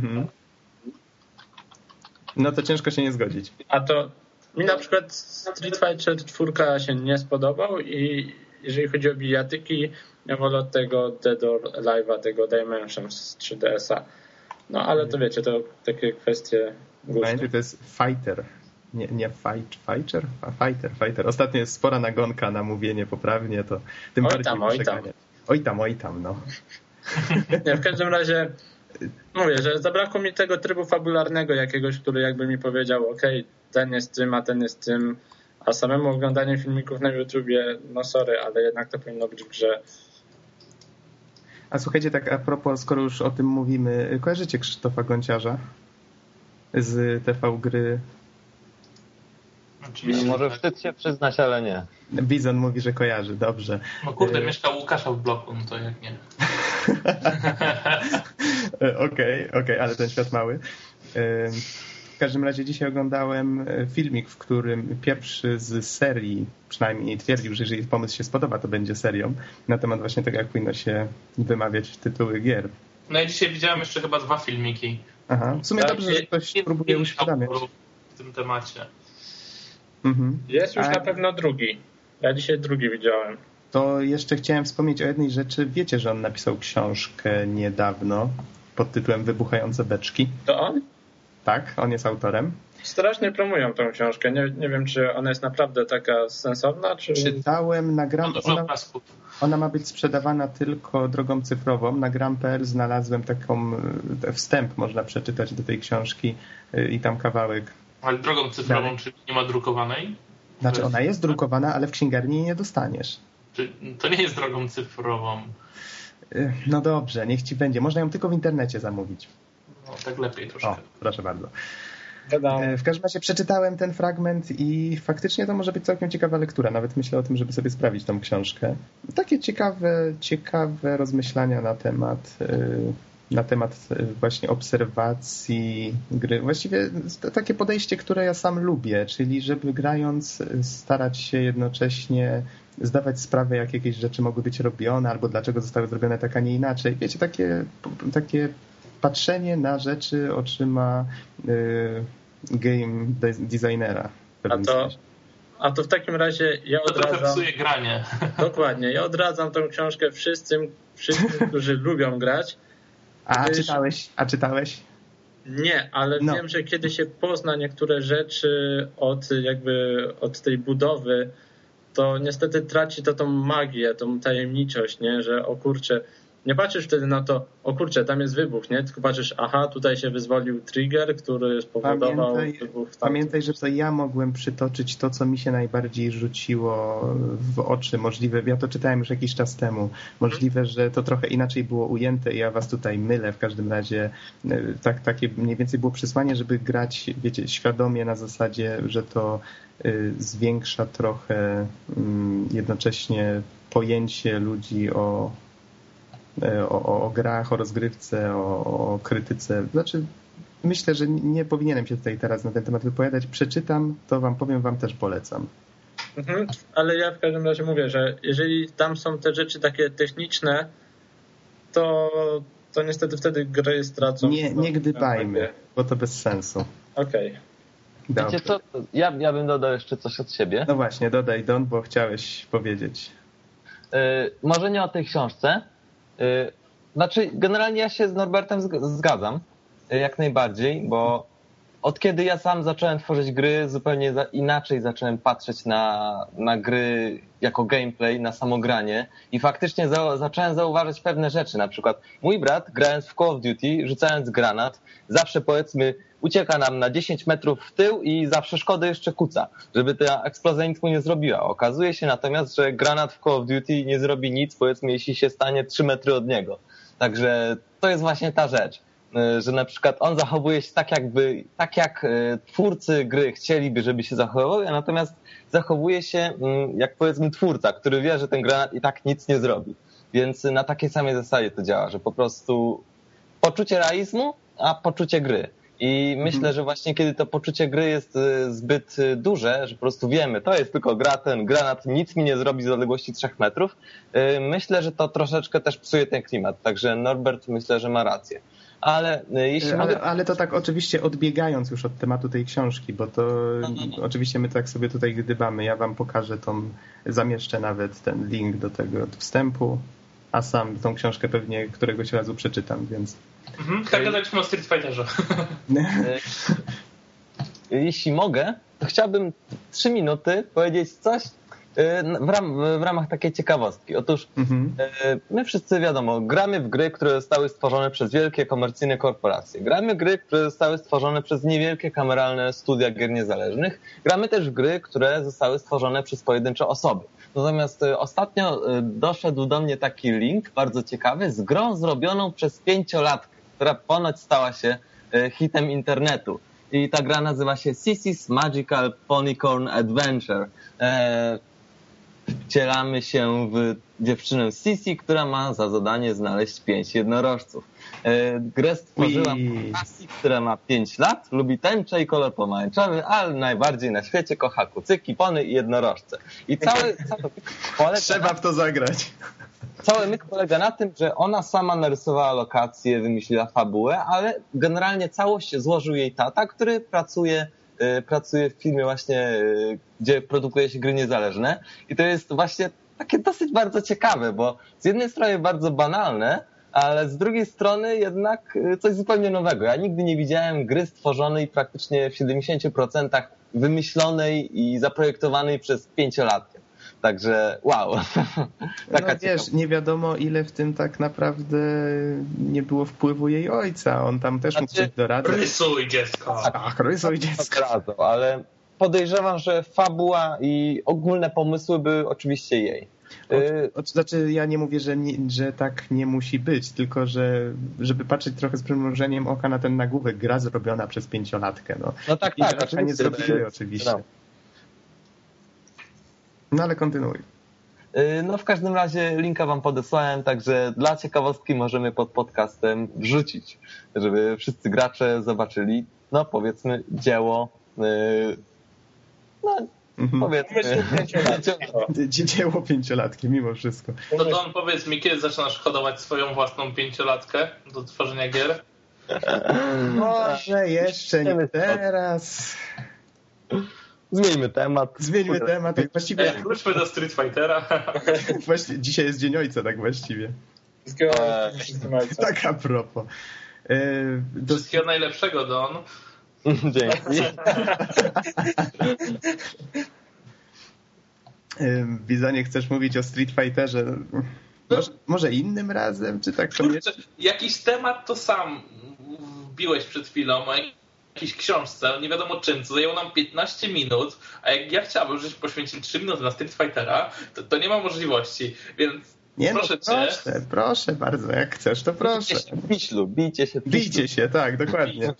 No to ciężko się nie zgodzić.
A to mi na przykład Street Fighter 4 się nie spodobał i jeżeli chodzi o bijatyki, ja wolę od tego Dead or Alive'a, tego Dimensions z 3DS-a. No ale to wiecie, to takie kwestie gustu.
To jest Fighter. Nie Fighter? Fighter. Ostatnio jest spora nagonka na mówienie poprawnie, to tym bardziej przeganiać. Oj tam, no.
Nie, w każdym razie mówię, że zabrakło mi tego trybu fabularnego jakiegoś, który jakby mi powiedział, okej, ten jest tym, a ten jest tym, a samemu oglądanie filmików na YouTubie, no sorry, ale jednak to powinno być w grze.
A słuchajcie, tak a propos, skoro już o tym mówimy, kojarzycie Krzysztofa Gonciarza z TV Gry?
Oczywiście. Może wstyd się przyznać, ale nie.
Bizon mówi, że kojarzy, dobrze.
No kurde, mieszkał Łukasza w bloku, no to jak nie.
Okej, ale ten świat mały. W każdym razie dzisiaj oglądałem filmik, w którym pierwszy z serii, przynajmniej twierdził, że jeżeli pomysł się spodoba, to będzie serią, na temat właśnie tego, jak powinno się wymawiać tytuły gier.
No ja dzisiaj widziałem jeszcze chyba 2 filmiki.
Aha, w sumie dobrze, że ktoś próbuje uświadamiać.
W tym temacie.
Jest już na pewno drugi. Ja dzisiaj drugi widziałem.
To jeszcze chciałem wspomnieć o jednej rzeczy. Wiecie, że on napisał książkę niedawno pod tytułem Wybuchające beczki?
To on?
Tak, on jest autorem.
Strasznie promują tą książkę. Nie wiem, czy ona jest naprawdę taka sensowna, czy...
Czytałem na Gram... Ona ma być sprzedawana tylko drogą cyfrową. Na gram.pl znalazłem taką wstęp, można przeczytać do tej książki i tam kawałek.
Ale drogą cyfrową, czyli nie ma drukowanej?
Znaczy ona jest drukowana, ale w księgarni jej nie dostaniesz.
To nie jest drogą cyfrową.
No dobrze, niech ci będzie. Można ją tylko w internecie zamówić.
No tak lepiej troszkę.
O, proszę bardzo. W każdym razie przeczytałem ten fragment i faktycznie to może być całkiem ciekawa lektura. Nawet myślę o tym, żeby sobie sprawić tą książkę. Takie ciekawe rozmyślania na temat właśnie obserwacji gry. Właściwie takie podejście, które ja sam lubię, czyli żeby grając starać się jednocześnie zdawać sprawę, jak jakieś rzeczy mogły być robione, albo dlaczego zostały zrobione tak, a nie inaczej. Wiecie, takie patrzenie na rzeczy oczyma game designera.
A to w takim racie ja odradzam...
To psuje granie.
Dokładnie. Ja odradzam tą książkę wszystkim, którzy lubią grać.
A czytałeś?
Nie, ale wiem, że kiedy się pozna niektóre rzeczy od tej budowy, to niestety traci to tą magię, tą tajemniczość, nie? Że o kurczę, nie patrzysz wtedy na to, o kurczę, tam jest wybuch, nie? Tylko patrzysz, aha, tutaj się wyzwolił trigger, który spowodował wybuch.
Pamiętaj, że to ja mogłem przytoczyć to, co mi się najbardziej rzuciło w oczy. Możliwe, ja to czytałem już jakiś czas temu. Możliwe, że to trochę inaczej było ujęte i ja was tutaj mylę. W każdym razie takie mniej więcej było przesłanie, żeby grać, wiecie, świadomie na zasadzie, że to zwiększa trochę jednocześnie pojęcie ludzi o grach, o rozgrywce, o krytyce. Znaczy, myślę, że nie powinienem się tutaj teraz na ten temat wypowiadać. Przeczytam, to wam powiem, wam też polecam.
Ale ja w każdym razie mówię, że jeżeli tam są te rzeczy takie techniczne, to niestety wtedy gry stracą.
Nie gdybajmy, bo to bez sensu.
Okej.
Wiecie co? Ja bym dodał jeszcze coś od siebie.
No właśnie, dodaj, Don, bo chciałeś powiedzieć.
Może nie o tej książce. Znaczy, generalnie ja się z Norbertem zgadzam, jak najbardziej, bo od kiedy ja sam zacząłem tworzyć gry, zupełnie inaczej zacząłem patrzeć na gry jako gameplay, na samogranie i faktycznie zacząłem zauważyć pewne rzeczy. Na przykład mój brat, grając w Call of Duty, rzucając granat, zawsze powiedzmy ucieka nam na 10 metrów w tył i za przeszkodę jeszcze kuca, żeby ta eksplozja nic mu nie zrobiła. Okazuje się natomiast, że granat w Call of Duty nie zrobi nic, powiedzmy, jeśli się stanie 3 metry od niego. Także to jest właśnie ta rzecz, że na przykład on zachowuje się tak jak twórcy gry chcieliby, żeby się zachowywał, a natomiast zachowuje się jak powiedzmy twórca, który wie, że ten granat i tak nic nie zrobi. Więc na takiej samej zasadzie to działa, że po prostu poczucie realizmu, a poczucie gry. I myślę, że właśnie kiedy to poczucie gry jest zbyt duże, że po prostu wiemy, to jest tylko gra, ten granat nic mi nie zrobi z odległości 3 metrów, myślę, że to troszeczkę też psuje ten klimat. Także Norbert myślę, że ma rację. Ale
to tak oczywiście odbiegając już od tematu tej książki, bo to oczywiście my tak sobie tutaj gdybamy. Ja wam pokażę zamieszczę nawet ten link do tego wstępu, a sam tą książkę pewnie któregoś razu przeczytam, więc...
Tak gadaliśmy o Street Fighterze.
Jeśli mogę, to chciałbym 3 minuty powiedzieć coś w ramach takiej ciekawostki. Otóż my wszyscy wiadomo, gramy w gry, które zostały stworzone przez wielkie komercyjne korporacje. Gramy w gry, które zostały stworzone przez niewielkie kameralne studia gier niezależnych. Gramy też w gry, które zostały stworzone przez pojedyncze osoby. Natomiast ostatnio doszedł do mnie taki link bardzo ciekawy z grą zrobioną przez 5-latkę, która ponoć stała się hitem internetu. I ta gra nazywa się Sisi's Magical Ponycorn Adventure. Wcielamy się w dziewczynę Sisi, która ma za zadanie znaleźć 5 jednorożców. Grę stworzyła Sisi, która ma 5 lat, lubi tęczę i kolor pomarańczowy, ale najbardziej na świecie kocha kucyki, pony i jednorożce. I
trzeba w to zagrać.
Cały myk polega na tym, że ona sama narysowała lokację, wymyśliła fabułę, ale generalnie całość złożył jej tata, który pracuje w firmie właśnie, gdzie produkuje się gry niezależne. I to jest właśnie takie dosyć bardzo ciekawe, bo z jednej strony bardzo banalne, ale z drugiej strony jednak coś zupełnie nowego. Ja nigdy nie widziałem gry stworzonej praktycznie w 70% wymyślonej i zaprojektowanej przez 5-latkę. Także wow.
Taka wiesz, nie wiadomo ile w tym tak naprawdę nie było wpływu jej ojca. On tam też mógł coś doradzać.
Rysuj dziecko.
Ach, rysuj dziecko.
Ale podejrzewam, że fabuła i ogólne pomysły były oczywiście jej.
Znaczy ja nie mówię, że tak nie musi być, tylko że żeby patrzeć trochę z przymrużeniem oka na ten nagłówek, gra zrobiona przez 5-latkę.
No tak,
tak. Nie zrobiły oczywiście. No ale kontynuuj.
No w każdym razie linka wam podesłałem, także dla ciekawostki możemy pod podcastem wrzucić, żeby wszyscy gracze zobaczyli, no powiedzmy dzieło, powiedzmy
dzieło 5-latki mimo wszystko.
No to on powiedz mi, kiedy zaczynasz hodować swoją własną 5-latkę do tworzenia gier?
Może jeszcze nie teraz.
Zmieńmy temat.
Właściwie...
Wróćmy do Street Fightera.
Dzisiaj jest Dzień Ojca, tak właściwie. Tak a propos.
Wszystkiego najlepszego, Don.
Dzięki.
Bizonie, chcesz mówić o Street Fighterze? Może innym razem, czy tak sobie?
Kurczę, jakiś temat to sam wbiłeś przed chwilą, o jakiejś książce, nie wiadomo czym, co zajęło nam 15 minut, a jak ja chciałbym, żebyśmy poświęcili 3 minuty na Street Fightera, to nie ma możliwości, więc proszę cię.
Proszę bardzo, jak chcesz, to proszę. Bijcie się, tak, dokładnie.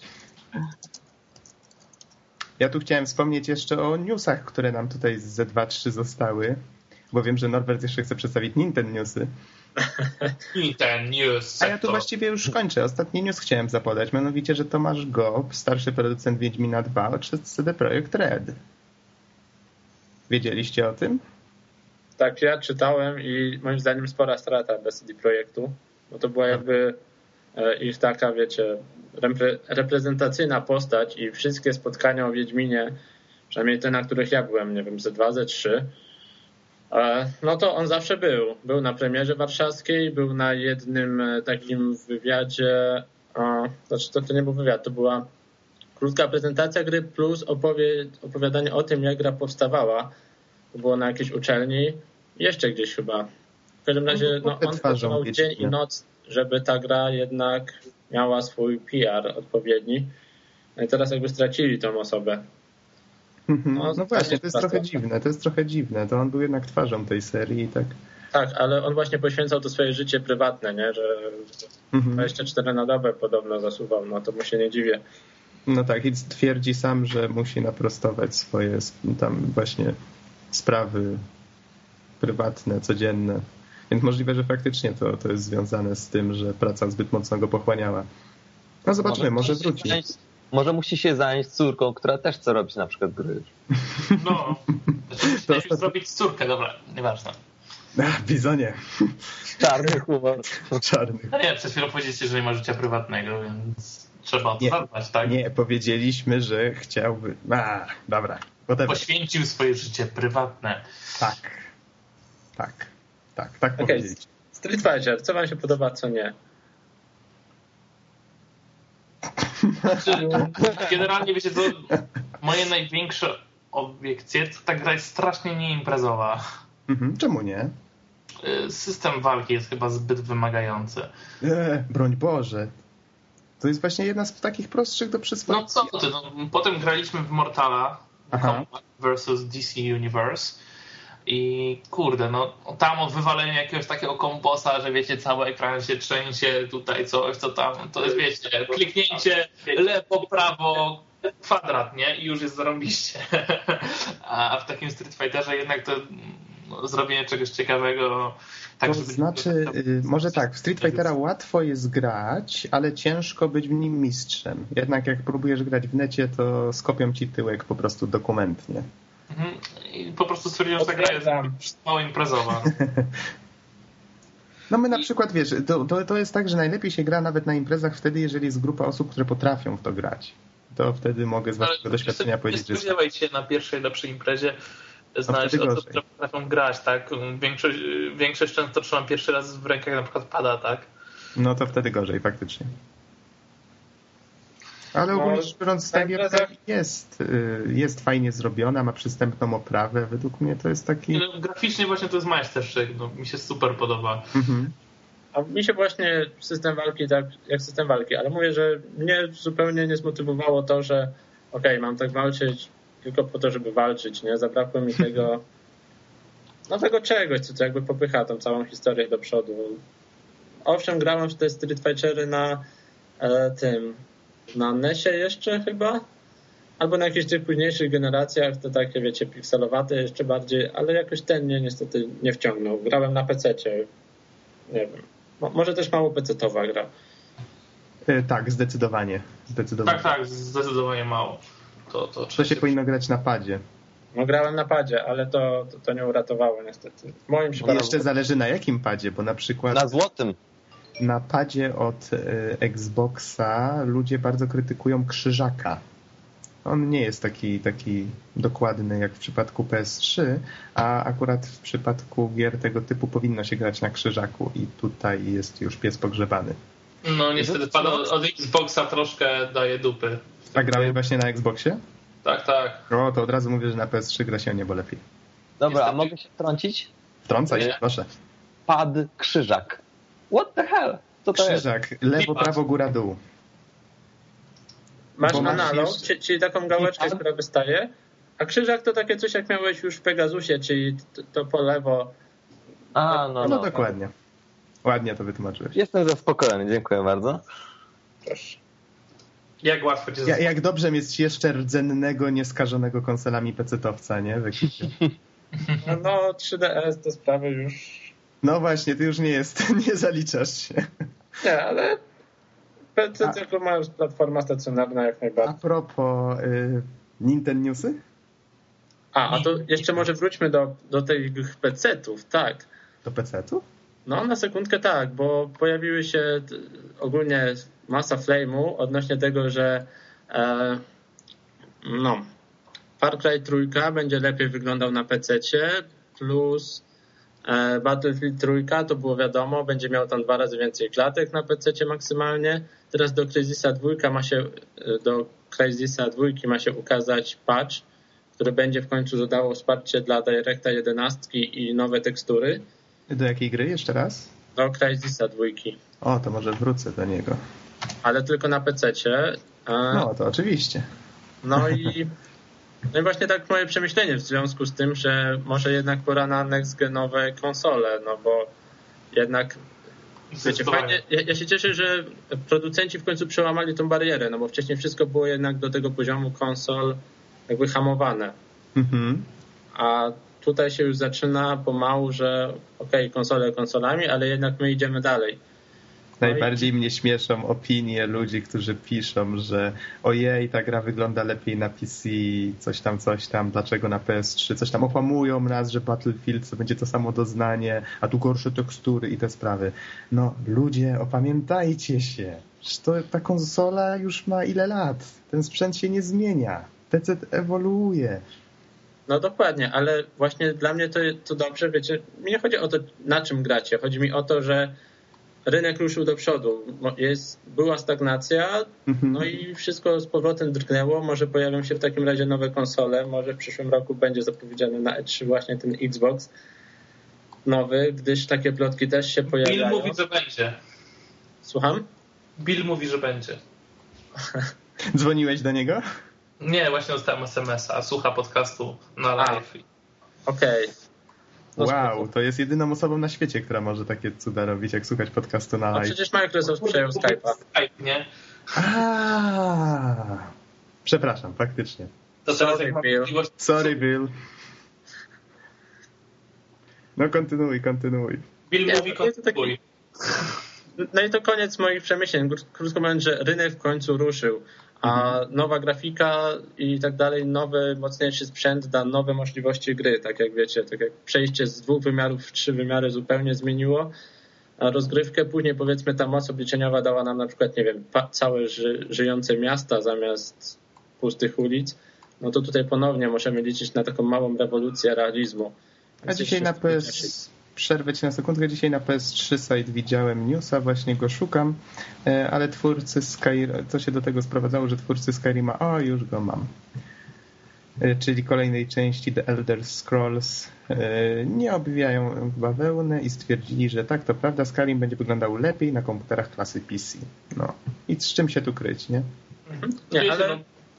Ja tu chciałem wspomnieć jeszcze o newsach, które nam tutaj z Z2-3 zostały, bo wiem, że Norbert jeszcze chce przedstawić Nintendo Newsy.
Nintendo News.
A ja tu właściwie już kończę. Ostatni news chciałem zapodać, mianowicie, że Tomasz Gob, starszy producent Wiedźmina 2, odszedł z CD Projekt Red. Wiedzieliście o tym?
Tak, ja czytałem i moim zdaniem spora strata dla CD Projektu, bo to była jakby ich taka, wiecie, reprezentacyjna postać i wszystkie spotkania o Wiedźminie, przynajmniej te, na których ja byłem, nie wiem, Z2, Z3, no to on zawsze był. Był na premierze warszawskiej, był na jednym takim wywiadzie, znaczy to nie był wywiad, to była krótka prezentacja gry plus opowiadanie o tym, jak gra powstawała. To było na jakiejś uczelni, jeszcze gdzieś chyba. W każdym razie on pracował dzień i noc, żeby ta gra jednak miała swój PR odpowiedni. No i teraz jakby stracili tą osobę.
No właśnie, to jest trochę dziwne. To on był jednak twarzą tej serii i tak.
Tak, ale on właśnie poświęcał to swoje życie prywatne, nie? Że 24 na dobę podobno zasuwał, no to mu się nie dziwię.
No tak, i twierdzi sam, że musi naprostować swoje tam właśnie sprawy prywatne, codzienne. Więc możliwe, że faktycznie to jest związane z tym, że praca zbyt mocno go pochłaniała. No zobaczymy, może wróci.
Może musi się zająć córką, która też chce robić na przykład gry.
No, najpierw zrobić córkę, dobra, nieważne.
Bizonie.
Czarny humor.
Czarny.
No nie, przed chwilą powiedzieliście, że nie ma życia prywatnego, więc trzeba o to zadbać, tak?
Nie, powiedzieliśmy, że chciałby... dobra.
Poświęcił swoje życie prywatne.
Tak powiedzieliście.
Street Fighter, co wam się podoba, co nie?
Generalnie wiecie, to moje największe obiekcje, to ta gra jest strasznie nieimprezowa.
Czemu nie?
System walki jest chyba zbyt wymagający.
Broń Boże. To jest właśnie jedna z takich prostszych do przyswojenia.
No co ty, potem graliśmy w Mortala versus DC Universe i kurde, tam od wywalenia jakiegoś takiego kombosa, że wiecie, cały ekran się trzęsie, tutaj coś, co tam, to jest, wiecie, kliknięcie lewo, prawo, kwadrat, nie? I już jest zarąbiście. A w takim Street Fighterze jednak to zrobienie czegoś ciekawego. Tak,
to znaczy, może tak, w Street Fightera łatwo jest grać, ale ciężko być w nim mistrzem. Jednak jak próbujesz grać w necie, to skopią ci tyłek po prostu dokumentnie.
I po prostu stwierdziłem, że ta gra jest mało imprezowa.
No my na przykład, wiesz, to jest tak, że najlepiej się gra nawet na imprezach wtedy, jeżeli jest grupa osób, które potrafią w to grać. To wtedy mogę z waszego doświadczenia powiedzieć, że...
Nie spodziewaj się na pierwszej lepszej imprezie znaleźć osób, które potrafią grać, tak? Większość często trzyma pierwszy raz w rękach na przykład pada, tak?
No to wtedy gorzej, faktycznie. Ale ogólnie rzecz biorąc, ta gierka jest fajnie zrobiona, ma przystępną oprawę. Według mnie to jest taki...
Graficznie właśnie to jest majstersztyk. Mi się super podoba.
A mi się właśnie system walki tak jak system walki, ale mówię, że mnie zupełnie nie zmotywowało to, że mam tak walczyć tylko po to, żeby walczyć, nie? Zabrakło mi tego nowego czegoś, co jakby popycha tą całą historię do przodu. Owszem, grałem w te Street Fightery na na NES-ie jeszcze chyba, albo na jakichś tych późniejszych generacjach, to takie, wiecie, pikselowate jeszcze bardziej, ale jakoś ten mnie niestety nie wciągnął. Grałem na PC-cie, nie wiem. Może też mało PC-towa gra.
Tak, zdecydowanie.
Tak, zdecydowanie mało.
To się powinno grać na padzie.
No grałem na padzie, ale to nie uratowało niestety. W moim przypadku...
Jeszcze zależy na jakim padzie, bo na przykład...
Na złotym.
Na padzie od Xboxa ludzie bardzo krytykują krzyżaka. On nie jest taki dokładny jak w przypadku PS3, a akurat w przypadku gier tego typu powinno się grać na krzyżaku i tutaj jest już pies pogrzebany.
No niestety pada od Xboxa troszkę daje dupy.
A grałeś właśnie na Xboxie?
Tak.
O, to od razu mówię, że na PS3 gra się o niebo lepiej.
Dobra,
Niestety.
a mogę się wtrącić?
Wtrącaj się, proszę.
Pad krzyżak. What the hell? Co to jest?
Krzyżak, lewo, prawo, góra, dół.
Masz
Bo masz
analog,
jeszcze-
czyli taką gałeczkę, która wystaje, a krzyżak to takie coś, jak miałeś już w Pegasusie, czyli to po lewo.
A,
No dokładnie. Ładnie to wytłumaczyłeś.
Jestem zaspokojony, dziękuję bardzo.
Proszę.
Jak łatwo cię
Jak dobrze mieć jeszcze rdzennego, nieskażonego konsolami pecetowca, nie? W ekipie.
No 3DS te sprawy już...
No właśnie, ty już nie zaliczasz się.
Nie, ale PC tylko ma już platforma stacjonarna jak
A
najbardziej.
propos Nintendo Newsy?
A to jeszcze może wróćmy do tych PC-ów, tak.
Do PC-tu?
No na sekundkę tak, bo pojawiły się ogólnie masa flame'u odnośnie tego, że Far Cry 3 będzie lepiej wyglądał na PC-cie, plus Battlefield 3 to było wiadomo, będzie miał tam 2 razy więcej klatek na PC-cie maksymalnie. Teraz do Crysisa 2 ma się ukazać patch, który będzie w końcu dodało wsparcie dla DirectA 11 i nowe tekstury.
Do jakiej gry jeszcze raz?
Do Crysisa 2.
O, to może wrócę do niego.
Ale tylko na PC-cie.
No, to oczywiście.
No i właśnie tak moje przemyślenie w związku z tym, że może jednak pora na next-genowe konsole, no bo jednak wiecie, fajnie, ja się cieszę, że producenci w końcu przełamali tą barierę, no bo wcześniej wszystko było jednak do tego poziomu konsol jakby hamowane.
Mhm.
A tutaj się już zaczyna pomału, że konsole konsolami, ale jednak my idziemy dalej.
Najbardziej mnie śmieszą opinie ludzi, którzy piszą, że ojej, ta gra wygląda lepiej na PC, coś tam, dlaczego na PS3, coś tam okłamują nas, że Battlefield to będzie to samo doznanie, a tu gorsze tekstury i te sprawy. No ludzie, opamiętajcie się, że ta konsola już ma ile lat, ten sprzęt się nie zmienia, PC ewoluuje.
No dokładnie, ale właśnie dla mnie to dobrze, wiecie, mi nie chodzi o to, na czym gracie, chodzi mi o to, że rynek ruszył do przodu. Była stagnacja, no i wszystko z powrotem drgnęło. Może pojawią się w takim razie nowe konsole. Może w przyszłym roku będzie zapowiedziany na E3 właśnie ten Xbox nowy, gdyż takie plotki też się pojawiają.
Bill mówi, że będzie.
Słucham?
Bill mówi, że będzie.
Dzwoniłeś do niego?
Nie, właśnie dostałem SMS-a, słucha podcastu na live.
Okej. No
wow, to jest jedyną osobą na świecie, która może takie cuda robić, jak słuchać podcastu na live.
A przecież Microsoft przejął Skype'a.
Skype, nie?
Przepraszam, faktycznie.
To teraz jak mam możliwość...
Sorry, Bill. No kontynuuj.
Bill mówi, kontynuuj.
No i to koniec moich przemyśleń. Krótko mówiąc, że rynek w końcu ruszył, a nowa grafika i tak dalej, nowy, mocniejszy sprzęt da nowe możliwości gry, tak jak wiecie, tak jak przejście z 2 wymiarów w 3 wymiary zupełnie zmieniło a rozgrywkę. Później powiedzmy ta moc obliczeniowa dała nam na przykład, nie wiem, całe żyjące miasta zamiast pustych ulic. No to tutaj ponownie możemy liczyć na taką małą rewolucję realizmu.
A dzisiaj na przerwę ci na sekundkę, dzisiaj na PS3 site widziałem newsa, właśnie go szukam, ale twórcy Skyrima, to się do tego sprowadzało, że twórcy Skyrima, już go mam, czyli kolejnej części The Elder Scrolls, nie obijają bawełnę i stwierdzili, że tak, to prawda, Skyrim będzie wyglądał lepiej na komputerach klasy PC. No i z czym się tu kryć, nie?
Nie, ale...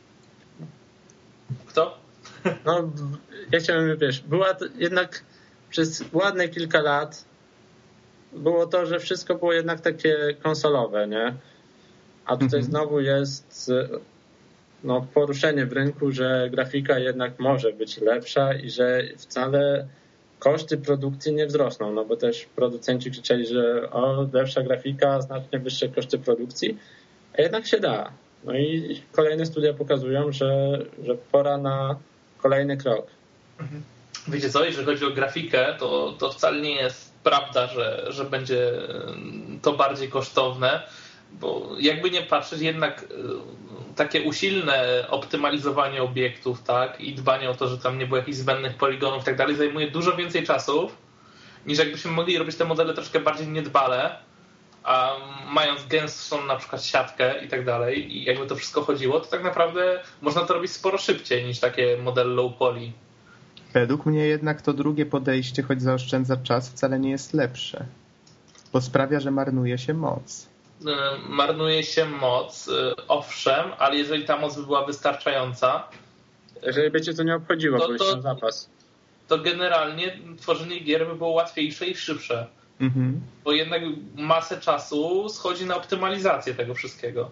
Kto?
No, ja chciałem, była jednak przez ładne kilka lat było to, że wszystko było jednak takie konsolowe, nie? A tutaj znowu jest poruszenie w rynku, że grafika jednak może być lepsza i że wcale koszty produkcji nie wzrosną, no bo też producenci krzyczeli, że lepsza grafika, znacznie wyższe koszty produkcji, a jednak się da. No i kolejne studia pokazują, że pora na kolejny krok.
Wiecie co, jeżeli chodzi o grafikę, to wcale nie jest prawda, że będzie to bardziej kosztowne, bo jakby nie patrzeć, jednak takie usilne optymalizowanie obiektów, tak, i dbanie o to, że tam nie było jakichś zbędnych poligonów i tak dalej, zajmuje dużo więcej czasu, niż jakbyśmy mogli robić te modele troszkę bardziej niedbale a mając gęstszą na przykład siatkę i tak dalej, i jakby to wszystko chodziło, to tak naprawdę można to robić sporo szybciej niż takie model low poly.
Według mnie jednak to drugie podejście, choć zaoszczędza czas, wcale nie jest lepsze, bo sprawia, że marnuje się moc.
Marnuje się moc, owszem, ale jeżeli ta moc by była wystarczająca,
jeżeli by cię to nie obchodziło, bo już zapas,
to generalnie tworzenie gier by było łatwiejsze i szybsze. Bo jednak masę czasu schodzi na optymalizację tego wszystkiego.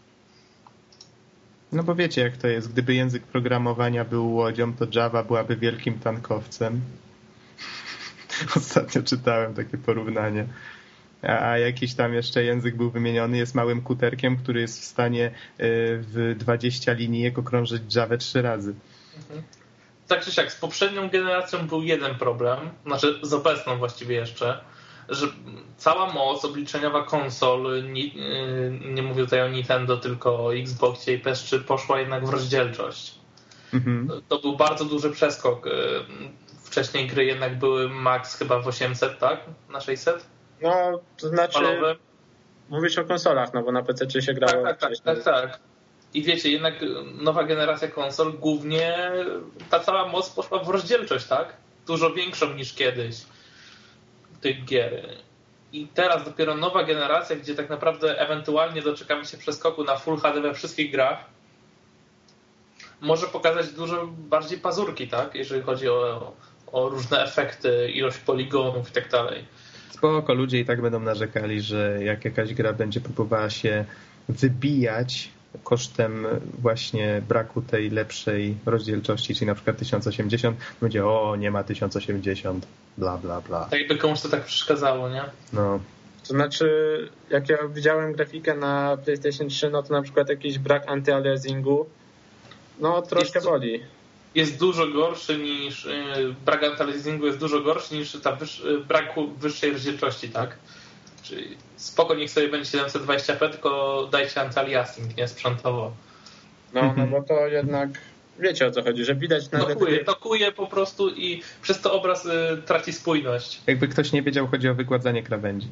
No bo wiecie jak to jest, gdyby język programowania był łodzią, to Java byłaby wielkim tankowcem. Ostatnio czytałem takie porównanie. A jakiś tam jeszcze język był wymieniony, jest małym kuterkiem, który jest w stanie w 20 linijek okrążyć Javę 3 razy.
Tak czy siak, z poprzednią generacją był jeden problem, znaczy z obecną właściwie jeszcze, że cała moc obliczeniowa konsol, nie mówię tutaj o Nintendo, tylko o Xboxie i PS3, poszła jednak w rozdzielczość. To był bardzo duży przeskok. Wcześniej gry jednak były max chyba w 800, tak? Na 600?
No, to znaczy
Palowe.
Mówisz o konsolach, no bo na PC się grało wcześniej.
Tak. I wiecie, jednak nowa generacja konsol, głównie ta cała moc poszła w rozdzielczość, tak? Dużo większą niż kiedyś tych gier. I teraz dopiero nowa generacja, gdzie tak naprawdę ewentualnie doczekamy się przeskoku na Full HD we wszystkich grach, może pokazać dużo bardziej pazurki, tak? Jeżeli chodzi o różne efekty, ilość poligonów i tak dalej.
Spoko, ludzie i tak będą narzekali, że jak jakaś gra będzie próbowała się wybijać kosztem właśnie braku tej lepszej rozdzielczości, czyli na przykład 1080, będzie nie ma 1080, bla bla bla.
Tak jakby komuś to tak przeszkadzało, nie?
No.
To znaczy, jak ja widziałem grafikę na PlayStation 3, no to na przykład jakiś brak anti-aliasingu, no troszkę boli.
Jest dużo gorszy niż brak anti-aliasingu jest dużo gorszy niż braku wyższej rozdzielczości, tak? Czyli spoko, niech sobie będzie 720p, tylko dajcie anti-aliasing, nie? Sprzętowo.
No bo to jednak wiecie o co chodzi, że widać na
Tokuje po prostu i przez to obraz traci spójność.
Jakby ktoś nie wiedział, chodzi o wygładzanie krawędzi.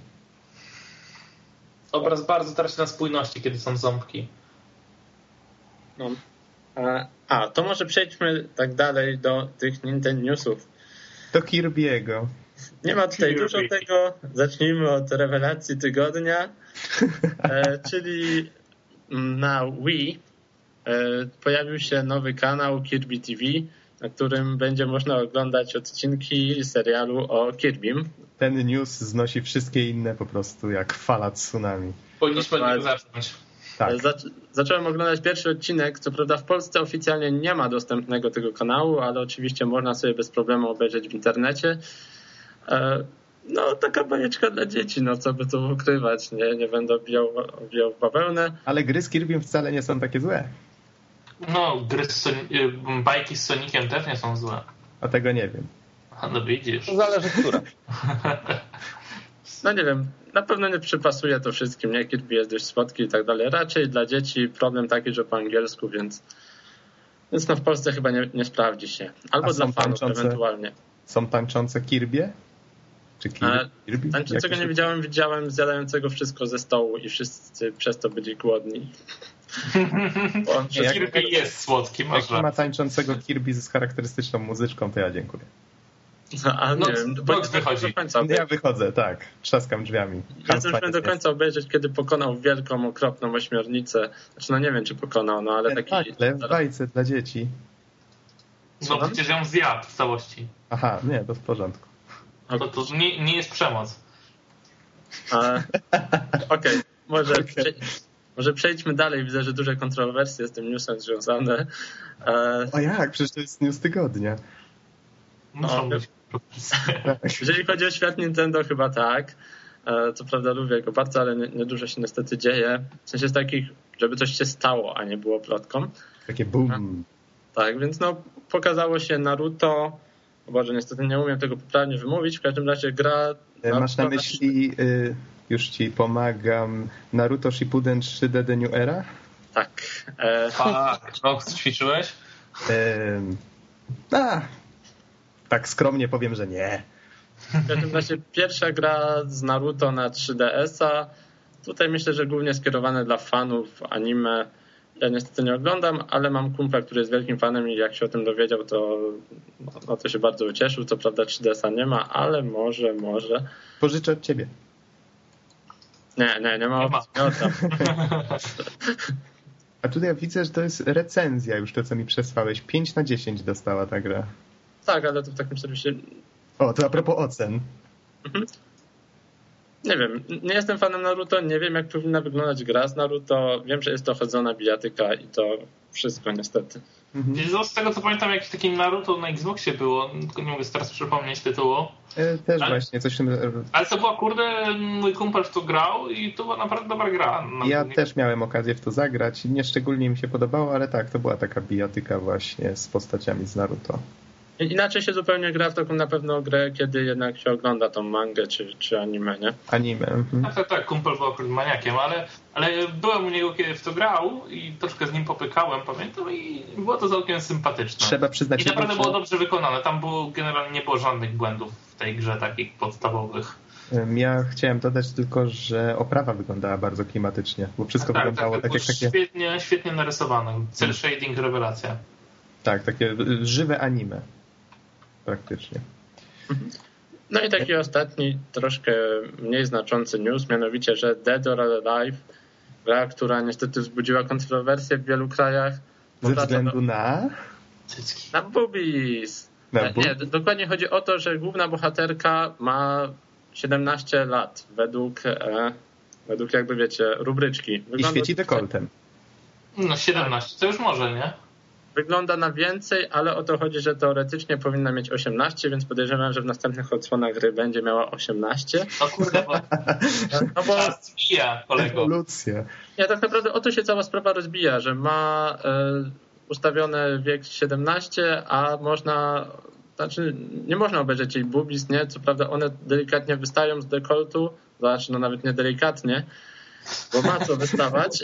Obraz bardzo traci na spójności, kiedy są ząbki.
No. To może przejdźmy tak dalej do tych Nintendo Newsów.
Do Kirby'ego.
Nie ma tutaj dużo tego. Zacznijmy od rewelacji tygodnia. Czyli na Wii pojawił się nowy kanał Kirby TV, na którym będzie można oglądać odcinki serialu o Kirbym.
Ten news znosi wszystkie inne po prostu jak fala tsunami.
Powinniśmy od niego zacząć.
Tak.
Zacząłem oglądać pierwszy odcinek. Co prawda w Polsce oficjalnie nie ma dostępnego tego kanału, ale oczywiście można sobie bez problemu obejrzeć w internecie. No taka bajeczka dla dzieci, no co by tu ukrywać, nie będę obijał w bawełnę.
Ale gry z Kirbym wcale nie są takie złe.
No, bajki z Soniciem też nie są złe.
A tego nie wiem.
No widzisz.
To zależy która.
No nie wiem, na pewno nie przypasuje to wszystkim, nie? Kirby jest dość słodki i tak dalej. Raczej dla dzieci problem taki, że po angielsku, więc no w Polsce chyba nie sprawdzi się. Albo dla fanów ewentualnie.
Są tańczące Kirby? Czy Kirby?
Tańczącego nie widziałem zjadającego wszystko ze stołu i wszyscy przez to byli głodni.
Kirby jest słodki,
jak ma tańczącego Kirby z charakterystyczną muzyczką, to ja dziękuję.
Nie wiem, bo
wychodzi.
Ja wychodzę, tak. Trzaskam drzwiami.
Ja chcę do końca obejrzeć, kiedy pokonał wielką, okropną ośmiornicę. Znaczy, no nie wiem, czy pokonał, no ale taki...
Ale w bajce dla dzieci.
No przecież ją zjadł w całości.
Aha, nie, to w porządku.
To nie jest przemoc.
Okej, może przejdźmy dalej. Widzę, że duże kontrowersje z tym newsem związane.
O jak? Przecież to jest news tygodnia.
Muszą być.
Jeżeli chodzi o świat Nintendo, chyba tak. Co prawda lubię go bardzo, ale nie dużo się niestety dzieje. W sensie takich, żeby coś się stało, a nie było plotką.
Takie boom.
Tak, więc pokazało się Naruto. O Boże, niestety nie umiem tego poprawnie wymówić. W każdym razie gra...
Masz na myśli, już ci pomagam, Naruto Shippuden 3D The New Era?
Tak.
Ćwiczyłeś?
Tak skromnie powiem, że nie.
W każdym razie pierwsza gra z Naruto na 3DS-a tutaj myślę, że głównie skierowane dla fanów anime. Ja niestety nie oglądam, ale mam kumpla, który jest wielkim fanem i jak się o tym dowiedział, to się bardzo ucieszył. Co prawda 3DS-a nie ma, ale może.
Pożyczę od ciebie.
Nie ma opcji.
A tutaj ja widzę, że to jest recenzja już to, co mi przesłałeś. 5/10 dostała ta gra.
Tak, ale to w takim serwisie...
O, to a propos ocen.
Nie wiem, nie jestem fanem Naruto, nie wiem, jak powinna wyglądać gra z Naruto. Wiem, że jest to chodzona bijatyka i to wszystko niestety.
Z tego co pamiętam, jakieś takie Naruto na Xboxie było, tylko nie mogę teraz przypomnieć tytułu.
Też właśnie, coś w tym...
Ale to była, mój kumpel w to grał i to była naprawdę dobra gra.
Ja też miałem okazję w to zagrać. Nie szczególnie mi się podobało, ale tak, to była taka bijatyka właśnie z postaciami z Naruto.
Inaczej się zupełnie gra w taką na pewno grę, kiedy jednak się ogląda tą mangę czy anime, nie?
Anime.
Tak, kumpel był akurat maniakiem, ale byłem u niego, kiedy w to grał i troszkę z nim popykałem, pamiętam, i było to całkiem sympatyczne.
Trzeba przyznać...
I naprawdę było dobrze wykonane. Tam generalnie nie było żadnych błędów w tej grze takich podstawowych.
Ja chciałem dodać tylko, że oprawa wyglądała bardzo klimatycznie, bo wszystko wyglądało tak jak takie...
Świetnie narysowane. Cel shading, rewelacja.
Tak, takie żywe anime. Praktycznie.
No i taki ostatni, troszkę mniej znaczący news, mianowicie, że Dead or Alive, gra, która niestety wzbudziła kontrowersje w wielu krajach.
Ze względu na
boobies. Nie, dokładnie chodzi o to, że główna bohaterka ma 17 lat według jakby wiecie, rubryczki.
I świeci dekoltem.
No 17, to już może, nie?
Wygląda na więcej, ale o to chodzi, że teoretycznie powinna mieć 18, więc podejrzewam, że w następnych odsłonach gry będzie miała 18.
O kurde, bo czas zbija, kolego.
Ewolucja.
Nie, tak naprawdę o to się cała sprawa rozbija, że ma ustawiony wiek 17, a nie można obejrzeć jej boobies, nie? Co prawda one delikatnie wystają z dekoltu, no nawet nie delikatnie, bo ma co wystawać,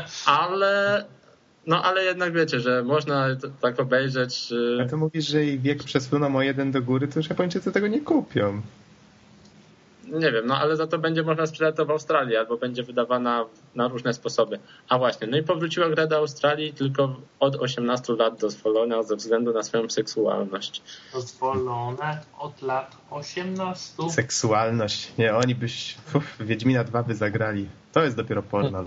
ale jednak wiecie, że można tak obejrzeć.
A to mówisz, że jej wiek przesunął o 1 do góry, to już Japończycy tego nie kupią.
Nie wiem, ale za to będzie można sprzedać to w Australii albo będzie wydawana na różne sposoby. A właśnie, no i powróciła gra do Australii tylko od 18 lat dozwolona ze względu na swoją seksualność.
Dozwolone od lat 18.
Seksualność. Nie, oni Wiedźmina 2 by zagrali. To jest dopiero porno.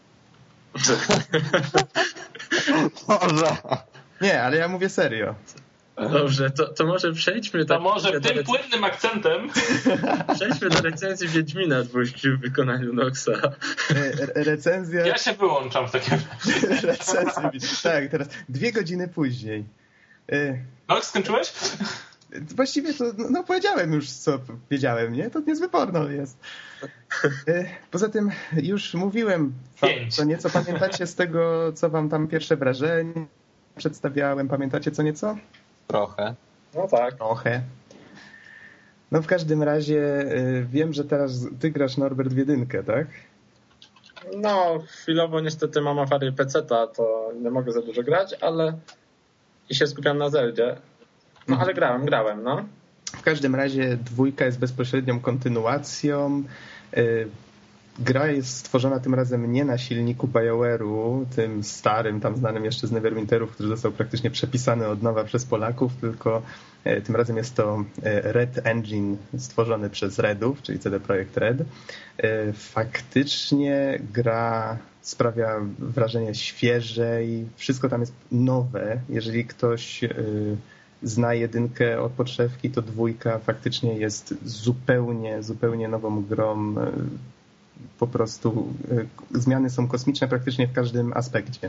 Może.
Nie, ale ja mówię serio.
Dobrze, to może przejdźmy...
To może tym płynnym akcentem...
Przejdźmy do recenzji Wiedźmina 2 w wykonaniu Noxa.
Recenzja...
Ja się wyłączam w takim razie.
Recenzja... Tak, teraz 2 godziny później.
Nox, skończyłeś?
Właściwie to, powiedziałem już, co wiedziałem, nie? To niezły porno jest. Poza tym już mówiłem, co nieco pamiętacie z tego, co wam tam pierwsze wrażenie przedstawiałem. Pamiętacie co nieco?
Trochę.
No tak.
Trochę. No w każdym razie wiem, że teraz ty grasz Norbert w 1, tak?
No, chwilowo niestety mam awarii PC-ta, to nie mogę za dużo grać, ale i się skupiam na Zeldzie. No ale grałem, no.
W każdym razie 2 jest bezpośrednią kontynuacją. Gra jest stworzona tym razem nie na silniku BioWare'u, tym starym, tam znanym jeszcze z Neverwinterów, który został praktycznie przepisany od nowa przez Polaków, tylko tym razem jest to Red Engine stworzony przez Redów, czyli CD Projekt Red. Faktycznie gra sprawia wrażenie świeżej, wszystko tam jest nowe. Jeżeli ktoś zna 1 od podszewki, to 2 faktycznie jest zupełnie nową grą. Po prostu zmiany są kosmiczne praktycznie w każdym aspekcie.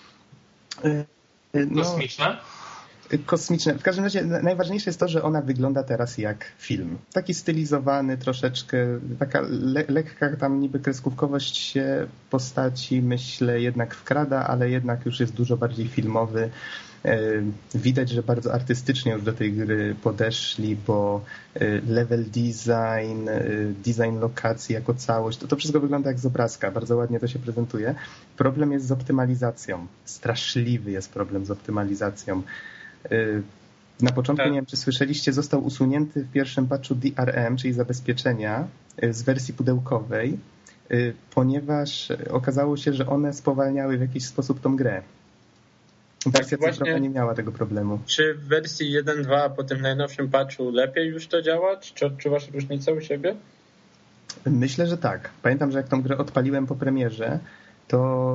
Kosmiczne?
Kosmiczne. W każdym razie najważniejsze jest to, że ona wygląda teraz jak film. Taki stylizowany troszeczkę, taka lekka tam niby kreskówkowość się postaci, myślę, jednak wkrada, ale jednak już jest dużo bardziej filmowy. Widać, że bardzo artystycznie już do tej gry podeszli, bo level design, design lokacji jako całość, to wszystko wygląda jak z obrazka, bardzo ładnie to się prezentuje. Problem jest z optymalizacją. Straszliwy jest problem z optymalizacją. Na początku, nie wiem, czy słyszeliście, został usunięty w pierwszym patchu DRM, czyli zabezpieczenia z wersji pudełkowej, ponieważ okazało się, że one spowalniały w jakiś sposób tą grę. Wersja cyfrowa nie miała tego problemu.
Czy w wersji 1.2 po tym najnowszym patchu lepiej już to działa? Czy odczuwasz różnicę u siebie?
Myślę, że tak. Pamiętam, że jak tą grę odpaliłem po premierze, to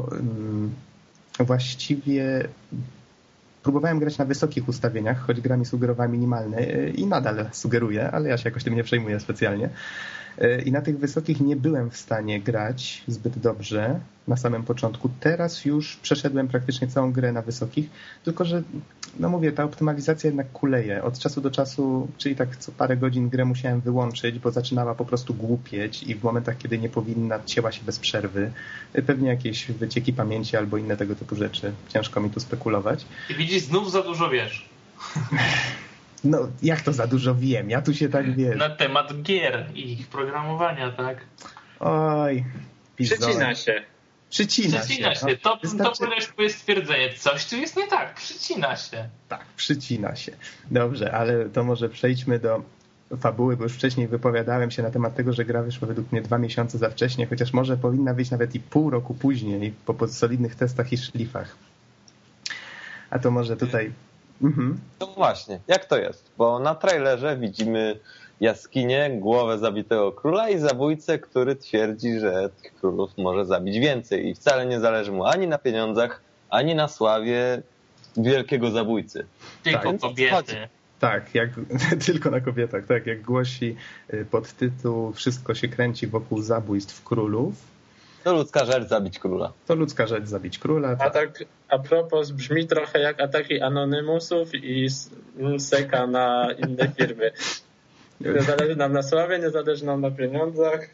właściwie próbowałem grać na wysokich ustawieniach, choć gra mi sugerowała minimalne i nadal sugeruje, ale ja się jakoś tym nie przejmuję specjalnie. I na tych wysokich nie byłem w stanie grać zbyt dobrze na samym początku. Teraz już przeszedłem praktycznie całą grę na wysokich, tylko że, no mówię, ta optymalizacja jednak kuleje. Od czasu do czasu, czyli tak co parę godzin grę musiałem wyłączyć, bo zaczynała po prostu głupieć i w momentach, kiedy nie powinna, cięła się bez przerwy. Pewnie jakieś wycieki pamięci albo inne tego typu rzeczy. Ciężko mi tu spekulować.
I widzisz, znów za dużo wiesz.
No, jak to za dużo wiem? Ja tu się tak wiem.
Na temat gier i ich programowania, tak?
Oj.
Przycina się.
Przycina się.
To powiedziałeś twoje stwierdzenie. Coś tu jest nie tak. Przycina się.
Tak, przycina się. Dobrze, ale to może przejdźmy do fabuły, bo już wcześniej wypowiadałem się na temat tego, że gra wyszła według mnie 2 miesiące za wcześnie, chociaż może powinna wyjść nawet i pół roku później po solidnych testach i szlifach. A to może tutaj...
No właśnie, jak to jest? Bo na trailerze widzimy jaskinię, głowę zabitego króla i zabójcę, który twierdzi, że tych królów może zabić więcej i wcale nie zależy mu ani na pieniądzach, ani na sławie wielkiego zabójcy.
Tylko kobiety.
Tak, tylko na kobietach, tak, jak głosi podtytuł Wszystko się kręci wokół zabójstw królów.
To ludzka rzecz zabić króla.
To ludzka rzecz zabić króla.
Tak. A tak a propos, brzmi trochę jak ataki Anonymusów i Seka na inne firmy. Nie zależy nam na sławie, nie zależy nam na pieniądzach.